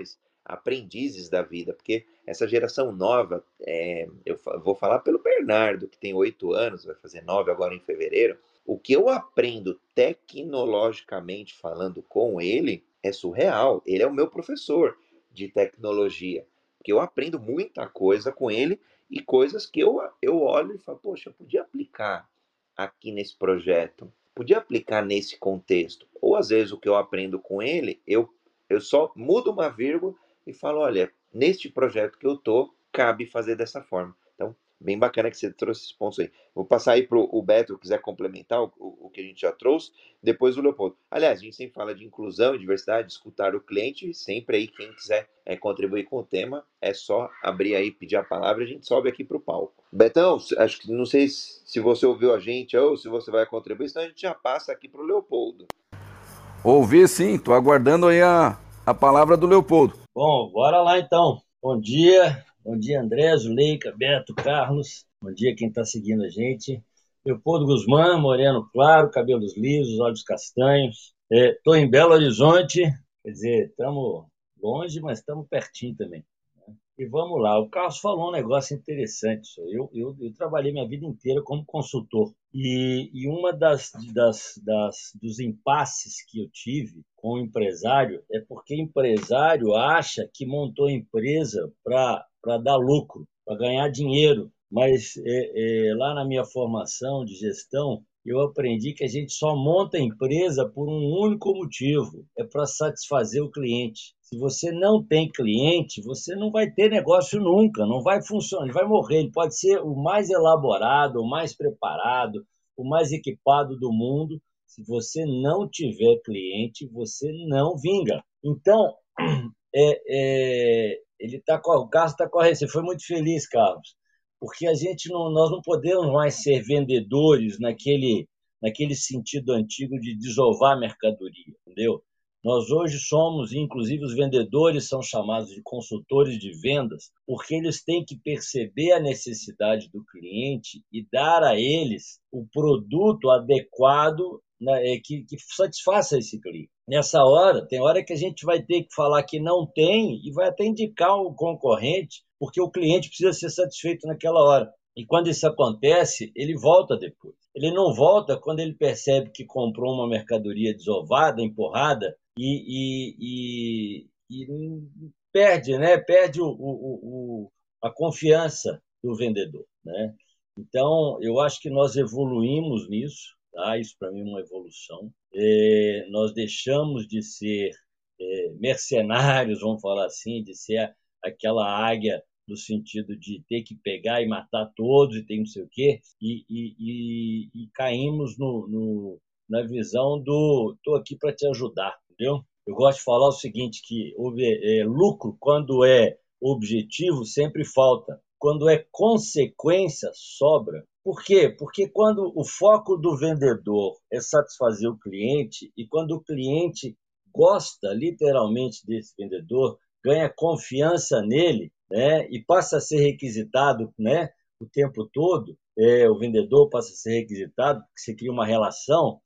aprendizes da vida, porque essa geração nova, vou falar pelo Bernardo, que tem 8 anos, vai fazer 9 agora em fevereiro. O que eu aprendo tecnologicamente falando com ele é surreal. Ele é o meu professor de tecnologia, porque eu aprendo muita coisa com ele e coisas que eu olho e falo, poxa, eu podia aplicar aqui nesse projeto, podia aplicar nesse contexto. Ou às vezes o que eu aprendo com ele, eu só mudo uma vírgula e falo, olha, neste projeto que eu tô, cabe fazer dessa forma. Então, bem bacana que você trouxe esses pontos aí. Vou passar aí para o Beto, quiser complementar o que a gente já trouxe, depois o Leopoldo. Aliás, a gente sempre fala de inclusão e diversidade, de escutar o cliente, sempre aí quem quiser contribuir com o tema, é só abrir aí, pedir a palavra e a gente sobe aqui para o palco. Betão, acho que não sei se você ouviu a gente ou se você vai contribuir, senão a gente já passa aqui para o Leopoldo. Ouvi sim, tô aguardando aí a palavra do Leopoldo. Bom, bora lá então. Bom dia André, Zuleika, Beto, Carlos. Bom dia quem está seguindo a gente. Leopoldo Guzmán, moreno claro, cabelos lisos, olhos castanhos. Estou em Belo Horizonte, quer dizer, estamos longe, mas estamos pertinho também. E vamos lá, o Carlos falou um negócio interessante. Eu trabalhei minha vida inteira como consultor. E uma dos impasses que eu tive com o empresário é porque o empresário acha que montou a empresa para dar lucro, para ganhar dinheiro. Mas lá na minha formação de gestão, eu aprendi que a gente só monta a empresa por um único motivo, é para satisfazer o cliente. Se você não tem cliente, você não vai ter negócio nunca, não vai funcionar, ele vai morrer. Ele pode ser o mais elaborado, o mais preparado, o mais equipado do mundo. Se você não tiver cliente, você não vinga. Então, o Carlos está correto. Você foi muito feliz, Carlos, porque nós não podemos mais ser vendedores naquele sentido antigo de desovar mercadoria, entendeu? Nós hoje somos, inclusive os vendedores são chamados de consultores de vendas, porque eles têm que perceber a necessidade do cliente e dar a eles o produto adequado, né, que satisfaça esse cliente. Nessa hora, tem hora que a gente vai ter que falar que não tem e vai até indicar o concorrente, porque o cliente precisa ser satisfeito naquela hora. E quando isso acontece, ele volta depois. Ele não volta quando ele percebe que comprou uma mercadoria desovada, empurrada, e perde, né? Perde a confiança do vendedor, né? Então, eu acho que nós evoluímos nisso, tá? Isso para mim é uma evolução. Nós deixamos de ser mercenários, vamos falar assim, de ser aquela águia no sentido de ter que pegar e matar todos e tem não sei o quê, e caímos na visão do estou aqui para te ajudar, entendeu? Eu gosto de falar o seguinte, que lucro, quando é objetivo, sempre falta. Quando é consequência, sobra. Por quê? Porque quando o foco do vendedor é satisfazer o cliente e quando o cliente gosta literalmente desse vendedor, ganha confiança nele, né, e passa a ser requisitado, né, o tempo todo, o vendedor passa a ser requisitado, porque você cria uma relação,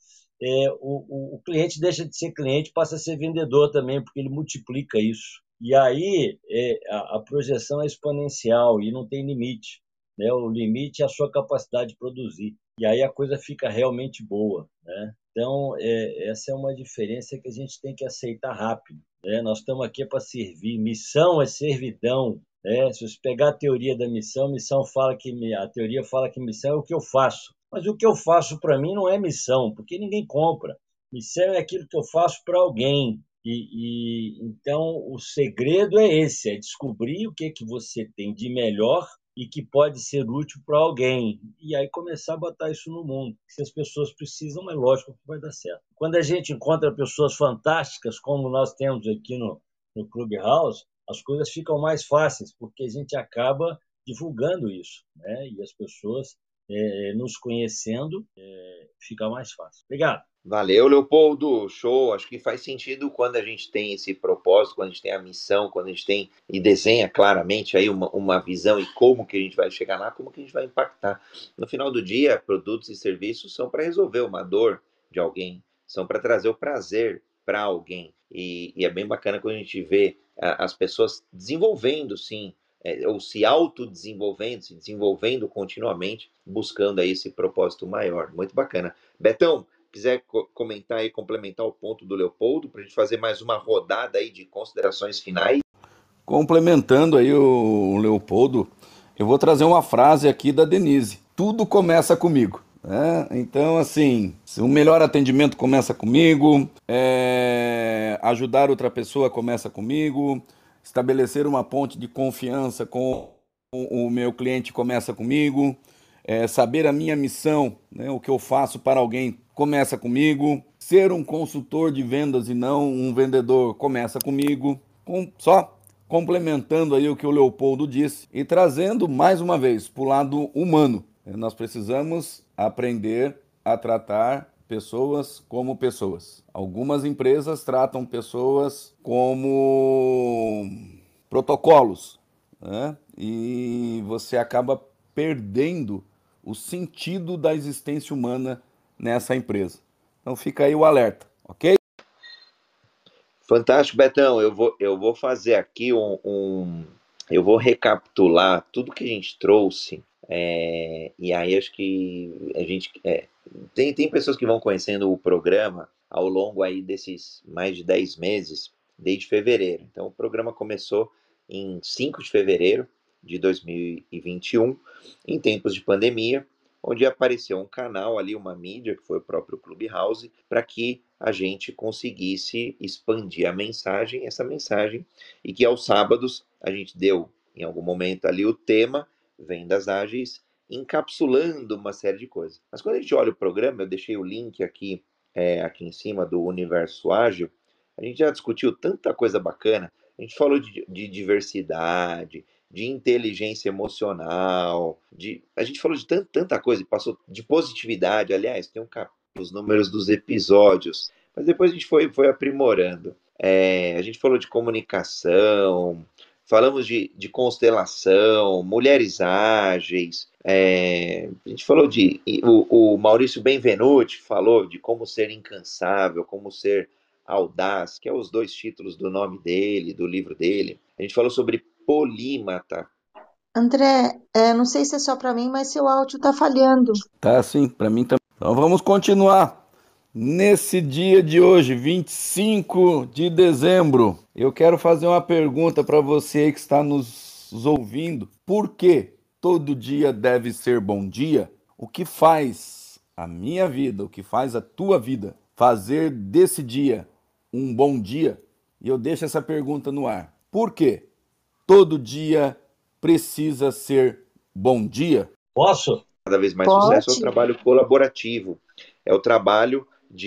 o cliente deixa de ser cliente, passa a ser vendedor também, porque ele multiplica isso. E aí a projeção é exponencial e não tem limite, né? O limite é a sua capacidade de produzir. E aí a coisa fica realmente boa, né? Então, essa é uma diferença que a gente tem que aceitar rápido, né? Nós estamos aqui para servir. Missão é servidão, né? Se você pegar a teoria da missão, a teoria fala que missão é o que eu faço. Mas o que eu faço para mim não é missão, porque ninguém compra. Missão é aquilo que eu faço para alguém. Então, o segredo é esse, é descobrir o que você tem de melhor e que pode ser útil para alguém. E aí começar a botar isso no mundo. Se as pessoas precisam, é lógico que vai dar certo. Quando a gente encontra pessoas fantásticas, como nós temos aqui no Clubhouse, as coisas ficam mais fáceis, porque a gente acaba divulgando isso, né? E as pessoas nos conhecendo, fica mais fácil. Obrigado. Valeu, Leopoldo, show. Acho que faz sentido quando a gente tem esse propósito, quando a gente tem a missão, quando a gente tem e desenha claramente aí uma visão e como que a gente vai chegar lá, como que a gente vai impactar. No final do dia, produtos e serviços são para resolver uma dor de alguém, são para trazer o prazer para alguém. E é bem bacana quando a gente vê as pessoas desenvolvendo, sim, ou se autodesenvolvendo, se desenvolvendo continuamente, buscando aí esse propósito maior. Muito bacana. Betão, quiser comentar e complementar o ponto do Leopoldo, para a gente fazer mais uma rodada aí de considerações finais. Complementando aí o Leopoldo, eu vou trazer uma frase aqui da Denise. Tudo começa comigo. Né? Então, assim, o melhor atendimento começa comigo, ajudar outra pessoa começa comigo, estabelecer uma ponte de confiança com o meu cliente começa comigo, saber a minha missão, né, o que eu faço para alguém começa comigo, ser um consultor de vendas e não um vendedor começa comigo. Só complementando aí o que o Leopoldo disse e trazendo mais uma vez para o lado humano. Nós precisamos aprender a tratar pessoas como pessoas. Algumas empresas tratam pessoas como protocolos, né? E você acaba perdendo o sentido da existência humana nessa empresa. Então fica aí o alerta, ok? Fantástico, Betão. Eu vou fazer aqui eu vou recapitular tudo que a gente trouxe. E aí acho que a gente tem pessoas que vão conhecendo o programa ao longo aí desses mais de 10 meses, desde fevereiro. Então o programa começou em 5 de fevereiro de 2021, em tempos de pandemia, onde apareceu um canal ali, uma mídia, que foi o próprio Clubhouse, para que a gente conseguisse expandir a mensagem, essa mensagem, e que aos sábados a gente deu, em algum momento ali, o tema Vendas Ágeis, encapsulando uma série de coisas. Mas quando a gente olha o programa, eu deixei o link aqui, aqui em cima do Universo Ágil, a gente já discutiu tanta coisa bacana, a gente falou de diversidade, de inteligência emocional, a gente falou de tanta coisa, passou de positividade, aliás, tem os números dos episódios, mas depois a gente foi aprimorando. A gente falou de comunicação, falamos de constelação, mulheres ágeis, a gente falou o Maurício Benvenuti falou de como ser incansável, como ser audaz, que é os 2 títulos do nome dele, do livro dele. A gente falou sobre polímata. André, não sei se é só para mim, mas seu áudio está falhando. Tá sim, para mim também. Então vamos continuar. Nesse dia de hoje, 25 de dezembro, eu quero fazer uma pergunta para você que está nos ouvindo. Por que todo dia deve ser bom dia? O que faz a minha vida, o que faz a tua vida fazer desse dia um bom dia? E eu deixo essa pergunta no ar. Por que todo dia precisa ser bom dia? Posso? Cada vez mais sucesso é o Pode? trabalho colaborativo, é o trabalho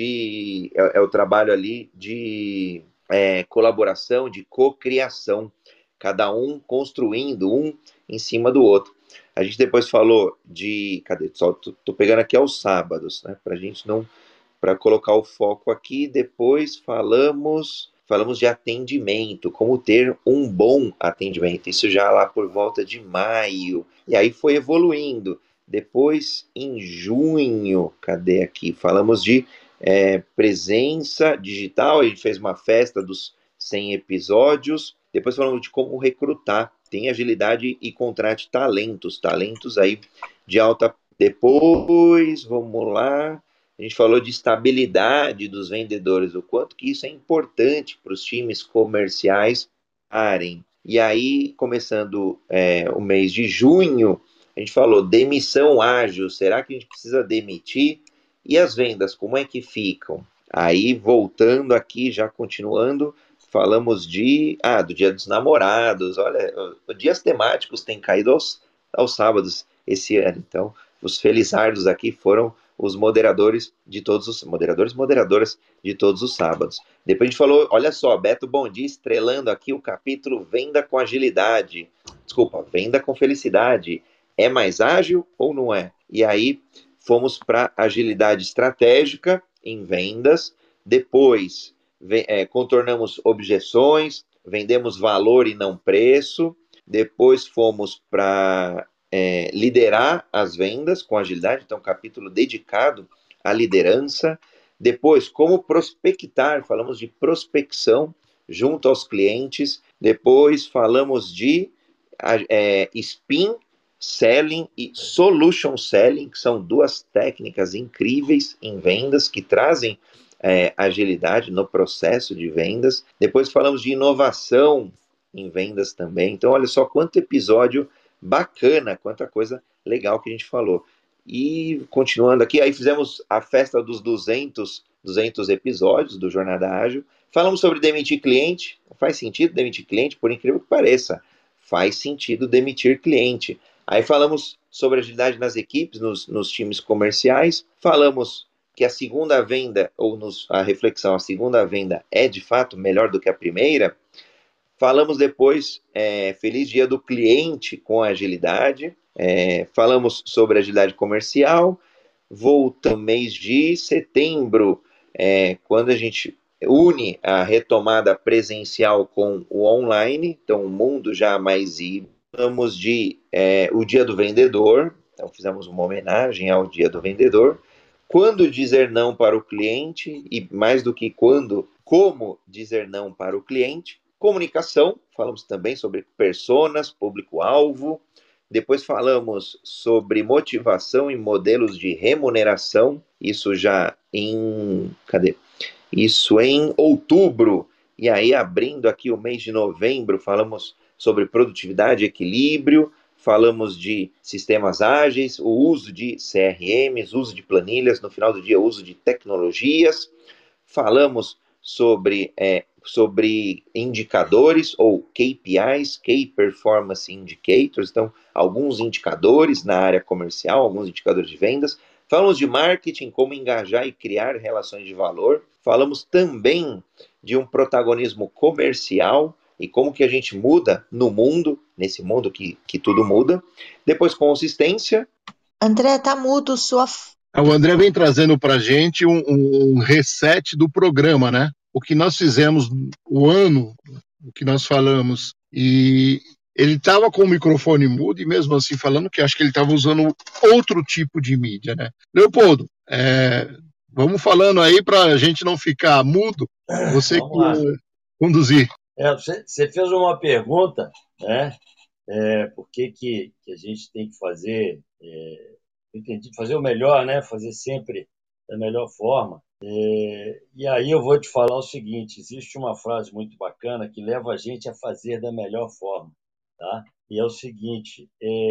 é o trabalho ali de colaboração, de cocriação, cada um construindo um em cima do outro. A gente depois falou cadê? Só tô pegando aqui aos sábados, né? Pra gente não, para colocar o foco aqui. Depois falamos de atendimento, como ter um bom atendimento. Isso já lá por volta de maio. E aí foi evoluindo. Depois, em junho, cadê aqui? Falamos de presença digital. A gente fez uma festa dos 100 episódios. Depois falamos de como recrutar. Tem agilidade e contrate talentos aí de alta. Depois, vamos lá. A gente falou de estabilidade dos vendedores, o quanto que isso é importante para os times comerciais. E aí, começando o mês de junho, a gente falou demissão ágil. Será que a gente precisa demitir? E as vendas, como é que ficam? Aí, voltando aqui, já continuando, falamos do Dia dos Namorados. Olha, os dias temáticos têm caído aos sábados esse ano. Então, os felizardos aqui foram os moderadores de todos os moderadoras de todos os sábados. Depois a gente falou, olha só, Beto Bom Dia estrelando aqui o capítulo Venda com Agilidade. Desculpa, Venda com Felicidade. É mais ágil ou não é? E aí fomos para agilidade estratégica em vendas. Depois contornamos objeções, vendemos valor e não preço. Depois fomos para liderar as vendas com agilidade, então capítulo dedicado à liderança. Depois, como prospectar, falamos de prospecção, junto aos clientes. Depois falamos de spin selling e solution selling, que são duas técnicas incríveis em vendas que trazem agilidade no processo de vendas. Depois falamos de inovação em vendas também. Então, olha só quanto episódio bacana, quanta coisa legal que a gente falou. E continuando aqui, aí fizemos a festa dos 200 episódios do Jornada Ágil. Falamos sobre demitir cliente. Faz sentido demitir cliente? Por incrível que pareça, faz sentido demitir cliente. Aí falamos sobre agilidade nas equipes, nos times comerciais. Falamos que a segunda venda, ou a reflexão, a segunda venda é de fato melhor do que a primeira. Falamos depois, Feliz Dia do Cliente com agilidade. Falamos sobre agilidade comercial. Volta mês de setembro, quando a gente une a retomada presencial com o online, então o mundo já mais híbrido. Falamos de o Dia do Vendedor, então fizemos uma homenagem ao Dia do Vendedor. Quando dizer não para o cliente, e mais do que quando, como dizer não para o cliente. Comunicação, falamos também sobre personas, público-alvo. Depois falamos sobre motivação e modelos de remuneração, isso já Isso em outubro. E aí, abrindo aqui o mês de novembro, falamos sobre produtividade e equilíbrio, falamos de sistemas ágeis, o uso de CRMs, uso de planilhas, no final do dia, o uso de tecnologias. Falamos sobre indicadores ou KPIs, Key Performance Indicators, então alguns indicadores na área comercial, alguns indicadores de vendas. Falamos de marketing, como engajar e criar relações de valor. Falamos também de um protagonismo comercial e como que a gente muda no mundo, nesse mundo que tudo muda. Depois, consistência. André, tá mudo sua. O André vem trazendo para a gente um reset do programa, né? O que nós fizemos, o que nós falamos, e ele estava com o microfone mudo e mesmo assim falando que acho que ele estava usando outro tipo de mídia, né? Leopoldo, vamos falando aí para a gente não ficar mudo, você que conduzir. Você fez uma pergunta, né? Por que a gente tem que fazer... entendi, fazer o melhor, né? Fazer sempre da melhor forma. E aí eu vou te falar o seguinte, existe uma frase muito bacana que leva a gente a fazer da melhor forma, tá? E é o seguinte,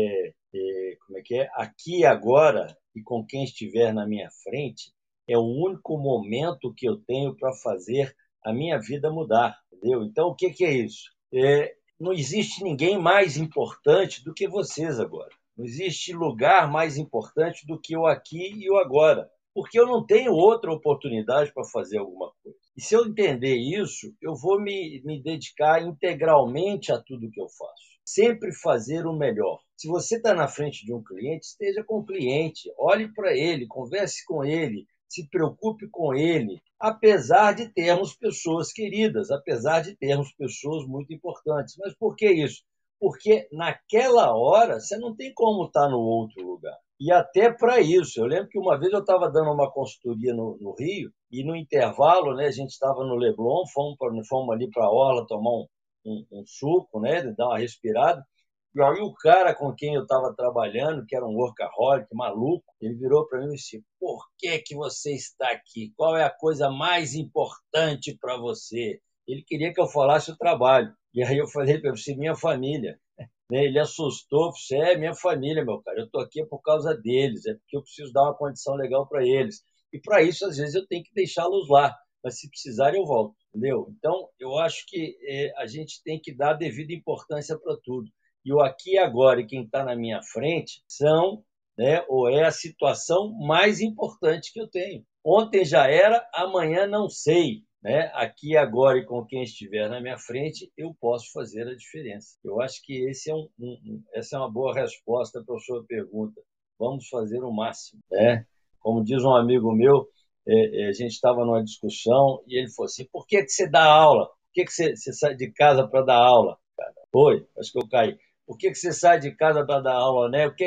como é que é? Aqui e agora, e com quem estiver na minha frente, é o único momento que eu tenho para fazer a minha vida mudar, entendeu? Então, o que é isso? Não existe ninguém mais importante do que vocês agora. Não existe lugar mais importante do que o aqui e o agora, porque eu não tenho outra oportunidade para fazer alguma coisa. E se eu entender isso, eu vou me dedicar integralmente a tudo que eu faço. Sempre fazer o melhor. Se você está na frente de um cliente, esteja com o cliente, olhe para ele, converse com ele, se preocupe com ele, apesar de termos pessoas queridas, apesar de termos pessoas muito importantes. Mas por que isso? Porque naquela hora você não tem como estar no outro lugar. E até para isso, eu lembro que uma vez eu estava dando uma consultoria no Rio e no intervalo, né, a gente estava no Leblon, fomos ali para a orla tomar um suco, né, dar uma respirada. E aí o cara com quem eu estava trabalhando, que era um workaholic, maluco, ele virou para mim e disse: por que você está aqui? Qual é a coisa mais importante para você? Ele queria que eu falasse o trabalho. E aí eu falei para ele: minha família. Ele assustou, disse: minha família, meu cara, eu estou aqui por causa deles, é porque eu preciso dar uma condição legal para eles. E para isso, às vezes, eu tenho que deixá-los lá, mas se precisar, eu volto, entendeu? Então, eu acho que a gente tem que dar devida importância para tudo. E o aqui e agora e quem está na minha frente são, né, ou é a situação mais importante que eu tenho. Ontem já era, amanhã não sei. Né? Aqui, agora e com quem estiver na minha frente, eu posso fazer a diferença. Eu acho que essa é uma boa resposta para a sua pergunta. Vamos fazer o máximo. Né? Como diz um amigo meu, a gente estava numa discussão e ele falou assim: por que você dá aula? Por que você sai de casa para dar aula? Cara, oi, acho que eu caí. Por que você sai de casa para dar aula? Né? Porque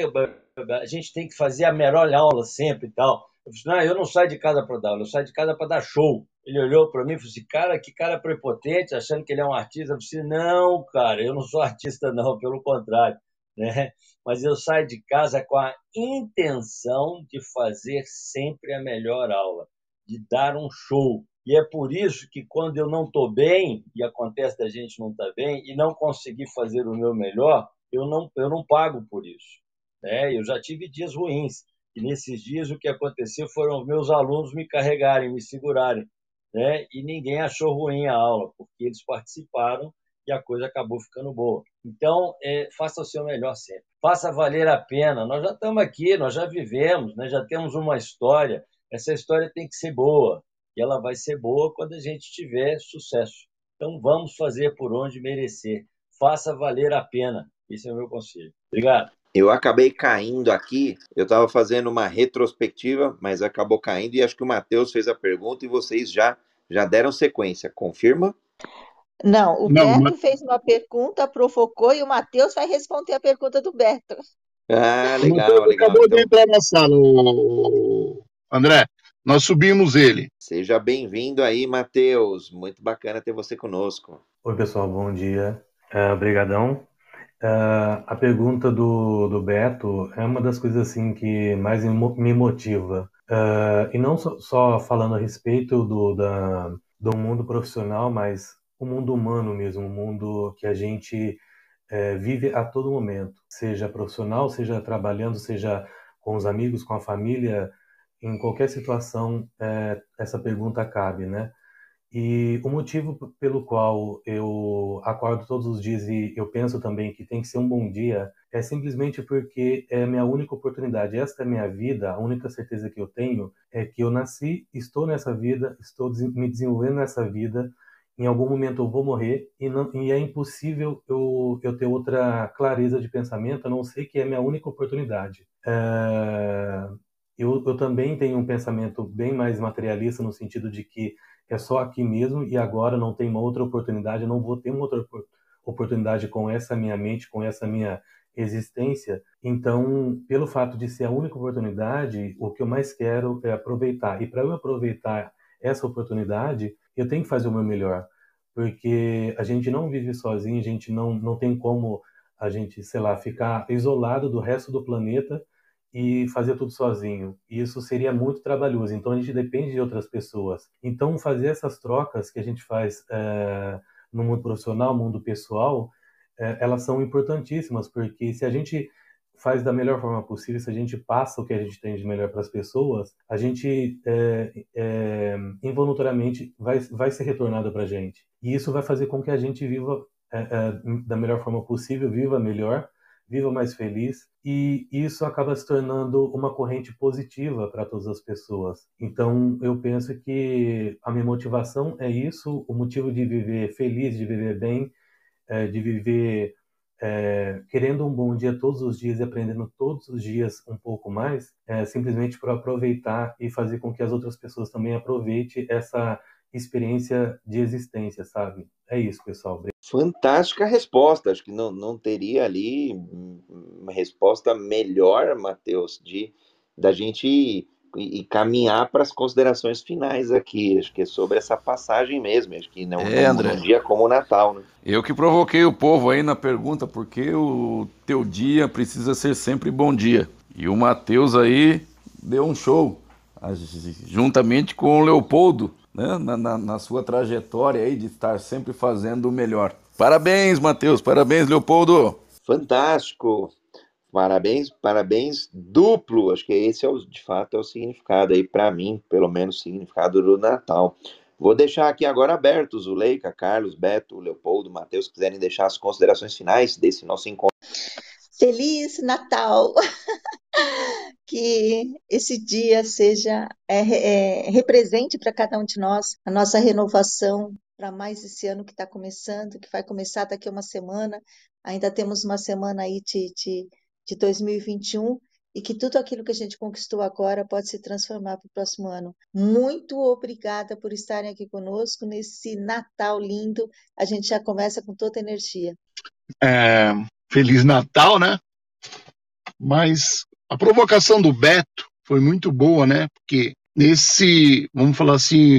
a gente tem que fazer a melhor aula sempre e tal. Eu falei: não, eu não saio de casa para dar aula, eu saio de casa para dar show. Ele olhou para mim e falou assim, cara, que cara prepotente, achando que ele é um artista. Eu falei assim, não, cara, eu não sou artista não, pelo contrário, né? Mas eu saio de casa com a intenção de fazer sempre a melhor aula, de dar um show. E é por isso que quando eu não estou bem, e acontece da gente não estar bem, e não conseguir fazer o meu melhor, eu não pago por isso, né? Eu já tive dias ruins, e nesses dias o que aconteceu foram os meus alunos me carregarem, me segurarem, né? E ninguém achou ruim a aula, porque eles participaram e a coisa acabou ficando boa. Então, faça o seu melhor sempre. Faça valer a pena. Nós já estamos aqui, nós já vivemos, né? Já temos uma história. Essa história tem que ser boa. E ela vai ser boa quando a gente tiver sucesso. Então, vamos fazer por onde merecer. Faça valer a pena. Esse é o meu conselho. Obrigado. Eu acabei caindo aqui, eu estava fazendo uma retrospectiva, mas acabou caindo e acho que o Matheus fez a pergunta e vocês já deram sequência. Confirma? Não, o Não, Beto fez uma pergunta, provocou, e o Matheus vai responder a pergunta do Beto. Ah, o Matheus legal, legal. acabou de Então, entrar na sala, André. Nós subimos ele. seja bem-vindo aí, Matheus. Muito bacana ter você conosco. Oi, pessoal, bom dia. Obrigadão. A pergunta do Beto é uma das coisas assim que mais me motiva. E não só falando a respeito do mundo profissional, mas o mundo humano mesmo, o mundo que a gente vive a todo momento, seja profissional, seja trabalhando, seja com os amigos, com a família, em qualquer situação, essa pergunta cabe, né? E o motivo pelo qual eu acordo todos os dias e eu penso também que tem que ser um bom dia é simplesmente porque é a minha única oportunidade. Esta é a minha vida, a única certeza que eu tenho é que eu nasci, estou nessa vida, estou me desenvolvendo nessa vida. Em algum momento eu vou morrer e é impossível eu ter outra clareza de pensamento, a não ser que é a minha única oportunidade. Eu também tenho um pensamento bem mais materialista no sentido de que é só aqui mesmo e agora não tem uma outra oportunidade, eu não vou ter uma outra oportunidade com essa minha mente, com essa minha existência. Então, pelo fato de ser a única oportunidade, o que eu mais quero é aproveitar. E para eu aproveitar essa oportunidade, eu tenho que fazer o meu melhor, porque a gente não vive sozinho, a gente não tem como a gente, sei lá, ficar isolado do resto do planeta e fazer tudo sozinho. E isso seria muito trabalhoso. Então a gente depende de outras pessoas. Então fazer essas trocas que a gente faz no mundo profissional, no mundo pessoal, elas são importantíssimas, porque se a gente faz da melhor forma possível, se a gente passa o que a gente tem de melhor para as pessoas, a gente involuntariamente vai ser retornado para a gente. E isso vai fazer com que a gente viva da melhor forma possível, viva melhor, viva mais feliz, e isso acaba se tornando uma corrente positiva para todas as pessoas. Então, eu penso que a minha motivação é isso, o motivo de viver feliz, de viver bem, de viver querendo um bom dia todos os dias e aprendendo todos os dias um pouco mais, simplesmente para aproveitar e fazer com que as outras pessoas também aproveitem essa experiência de existência, sabe? É isso, pessoal. Fantástica resposta. Acho que não teria ali uma resposta melhor, Matheus, da gente ir caminhar para as considerações finais aqui. Acho que é sobre essa passagem mesmo. Acho que André, num dia como o Natal, né? eu que provoquei o povo aí na pergunta, porque o teu dia precisa ser sempre bom dia. E o Matheus aí deu um show, juntamente com o Leopoldo, né, na sua trajetória aí de estar sempre fazendo o melhor. Parabéns, Matheus, parabéns, Leopoldo. Fantástico. Parabéns, parabéns duplo. Acho que esse de fato é o significado aí para mim, pelo menos o significado do Natal. Vou deixar aqui agora abertos o Leica, Carlos, Beto, Leopoldo, Matheus, quiserem deixar as considerações finais desse nosso encontro. Feliz Natal! Que esse dia seja represente para cada um de nós a nossa renovação para mais esse ano que está começando, que vai começar daqui a uma semana. Ainda temos uma semana aí de 2021 e que tudo aquilo que a gente conquistou agora pode se transformar para o próximo ano. Muito obrigada por estarem aqui conosco nesse Natal lindo. A gente já começa com toda a energia. Feliz Natal, né? Mas a provocação do Beto foi muito boa, né? Porque vamos falar assim,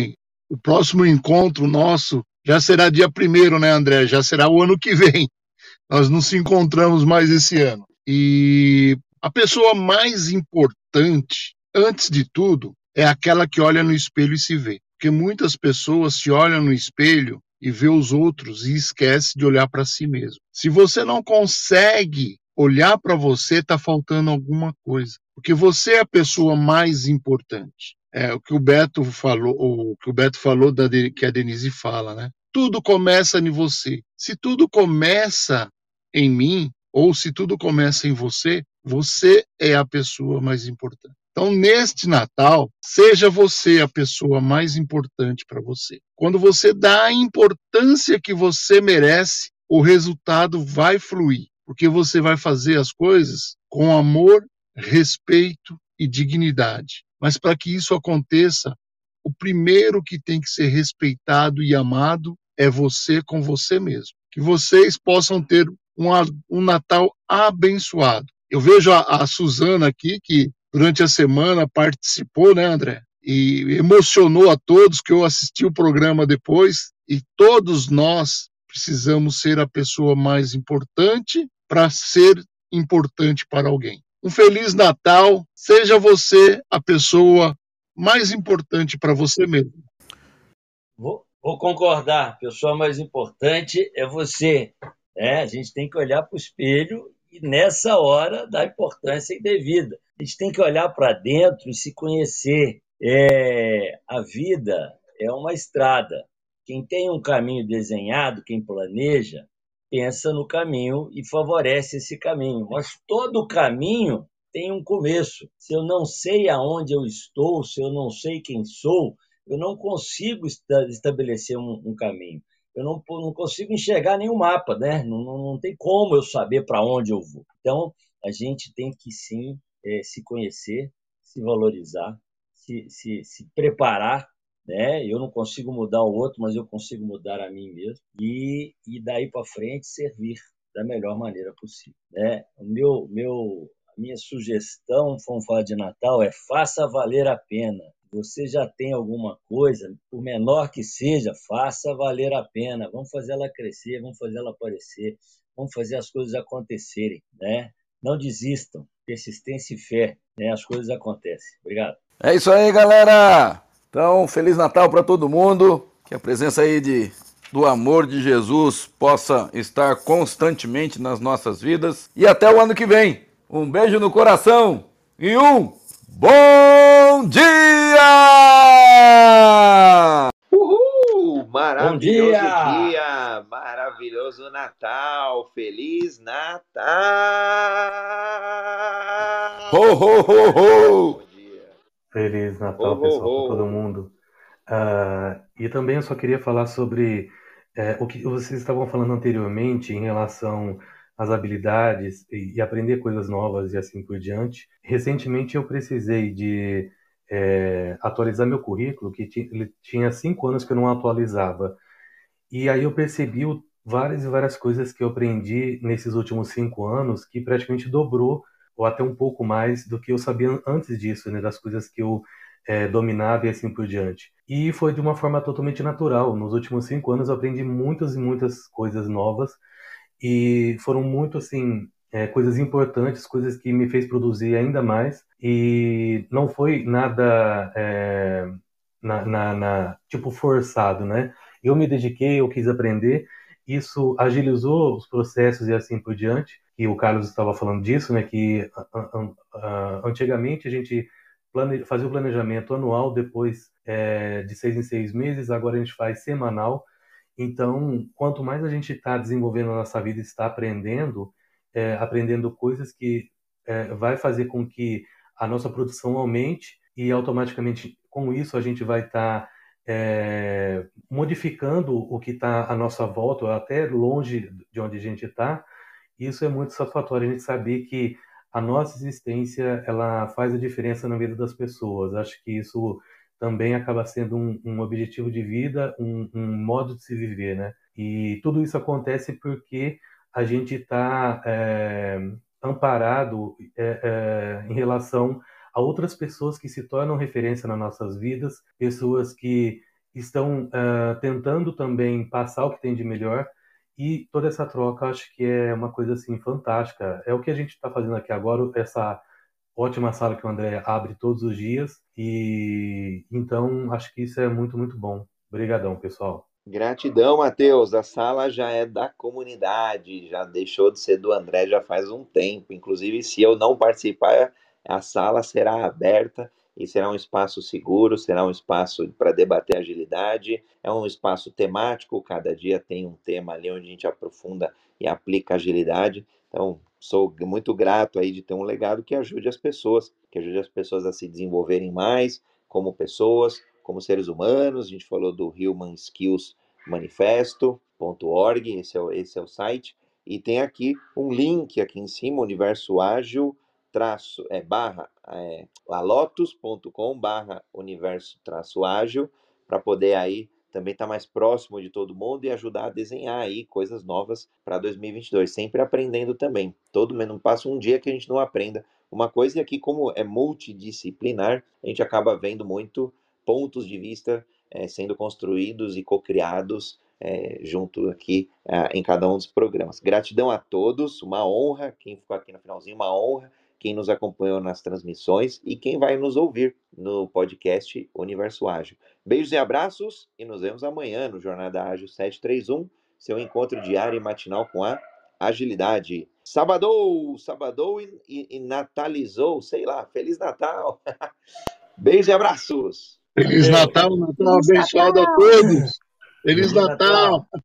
O próximo encontro nosso já será dia 1º, né, André? Já será o ano que vem. Nós não se encontramos mais esse ano. E a pessoa mais importante, antes de tudo, é aquela que olha no espelho e se vê. Porque muitas pessoas se olham no espelho e vê os outros e esquece de olhar para si mesmo. Se você não consegue olhar para você, está faltando alguma coisa. Porque você é a pessoa mais importante. É o que o Beto falou, que a Denise fala, né? Tudo começa em você. Se tudo começa em mim, ou se tudo começa em você, você é a pessoa mais importante. Então, neste Natal, seja você a pessoa mais importante para você. Quando você dá a importância que você merece, o resultado vai fluir, porque você vai fazer as coisas com amor, respeito e dignidade. Mas para que isso aconteça, o primeiro que tem que ser respeitado e amado é você com você mesmo. Que vocês possam ter um Natal abençoado. Eu vejo a Suzana aqui, que durante a semana participou, né, André? E emocionou a todos, que eu assisti o programa depois, e todos nós precisamos ser a pessoa mais importante para ser importante para alguém. Um Feliz Natal, seja você a pessoa mais importante para você mesmo. Vou concordar. A pessoa mais importante é você. A gente tem que olhar para o espelho e, nessa hora, dar importância devida. A gente tem que olhar para dentro e se conhecer. A vida é uma estrada. Quem tem um caminho desenhado, quem planeja, pensa no caminho e favorece esse caminho. Mas todo caminho tem um começo. Se eu não sei aonde eu estou, se eu não sei quem sou, eu não consigo estabelecer um caminho. Eu não consigo enxergar nenhum mapa, né? Não tem como eu saber para onde eu vou. Então, a gente tem que, sim, se conhecer, se valorizar, se preparar, né? Eu não consigo mudar o outro, mas eu consigo mudar a mim mesmo. E daí para frente, servir da melhor maneira possível, né? A minha sugestão, vamos falar de Natal, é faça valer a pena. Você já tem alguma coisa, por menor que seja, faça valer a pena. Vamos fazer ela crescer, vamos fazer ela aparecer, vamos fazer as coisas acontecerem, né? Não desistam, persistência e fé, né? As coisas acontecem. Obrigado. É isso aí, galera! Então, Feliz Natal para todo mundo. Que a presença aí do amor de Jesus possa estar constantemente nas nossas vidas. E até o ano que vem. Um beijo no coração e um bom dia! Uhul! Bom Maravilhoso dia! dia! Maravilhoso Natal! Feliz Natal! Ho, ho, ho, ho! Bom dia! Feliz Ho, Natal, ho, pessoal, para todo ho! mundo. E também eu só queria falar sobre o que vocês estavam falando anteriormente em relação às habilidades e aprender coisas novas e assim por diante. Recentemente eu precisei de atualizar meu currículo, que ele tinha 5 anos que eu não atualizava. E aí eu percebi várias e várias coisas que eu aprendi nesses últimos 5 anos que praticamente dobrou ou até um pouco mais do que eu sabia antes disso, né, das coisas que eu dominava e assim por diante. E foi de uma forma totalmente natural. Nos últimos 5 anos eu aprendi muitas e muitas coisas novas e foram muito assim coisas importantes, coisas que me fez produzir ainda mais e não foi nada tipo forçado, né? Eu me dediquei, eu quis aprender, isso agilizou os processos e assim por diante. E o Carlos estava falando disso, né? Que antigamente a gente fazia o planejamento anual, depois de 6 em 6 meses, agora a gente faz semanal. Então, quanto mais a gente está desenvolvendo a nossa vida, está aprendendo, aprendendo coisas que vai fazer com que a nossa produção aumente e automaticamente com isso a gente vai estar modificando o que está à nossa volta, ou até longe de onde a gente está. Isso é muito satisfatório, a gente saber que a nossa existência ela faz a diferença na vida das pessoas. Acho que isso também acaba sendo um objetivo de vida, um modo de se viver, né? E tudo isso acontece porque a gente está amparado em relação a outras pessoas que se tornam referência nas nossas vidas, pessoas que estão tentando também passar o que tem de melhor, e toda essa troca acho que é uma coisa assim fantástica. É o que a gente está fazendo aqui agora, essa ótima sala que o André abre todos os dias, e então acho que isso é muito, muito bom. Obrigadão, pessoal. Gratidão, Matheus. A sala já é da comunidade, já deixou de ser do André já faz um tempo. Inclusive, se eu não participar, a sala será aberta e será um espaço seguro, será um espaço para debater agilidade. É um espaço temático, cada dia tem um tema ali onde a gente aprofunda e aplica agilidade. Então, sou muito grato aí de ter um legado que ajude as pessoas, que ajude as pessoas a se desenvolverem mais como pessoas, como seres humanos. A gente falou do Human Skills manifesto.org, esse é o site, e tem aqui um link aqui em cima, universo ágil, alotus.com universo ágil, para poder aí também estar mais próximo de todo mundo e ajudar a desenhar aí coisas novas para 2022, sempre aprendendo também. Todo mundo não passa um dia que a gente não aprenda uma coisa, e aqui como é multidisciplinar, a gente acaba vendo muito pontos de vista sendo construídos e co-criados junto aqui em cada um dos programas. Gratidão a todos, uma honra quem ficou aqui no finalzinho, uma honra quem nos acompanhou nas transmissões e quem vai nos ouvir no podcast Universo Ágil. Beijos e abraços e nos vemos amanhã no Jornada Ágil 731, seu encontro diário e matinal com a agilidade. Sabadou e natalizou, sei lá, Feliz Natal. Beijos e abraços. Feliz Valeu. Natal, Natal Feliz abençoado a Natal! todos. Feliz Feliz Natal. Natal.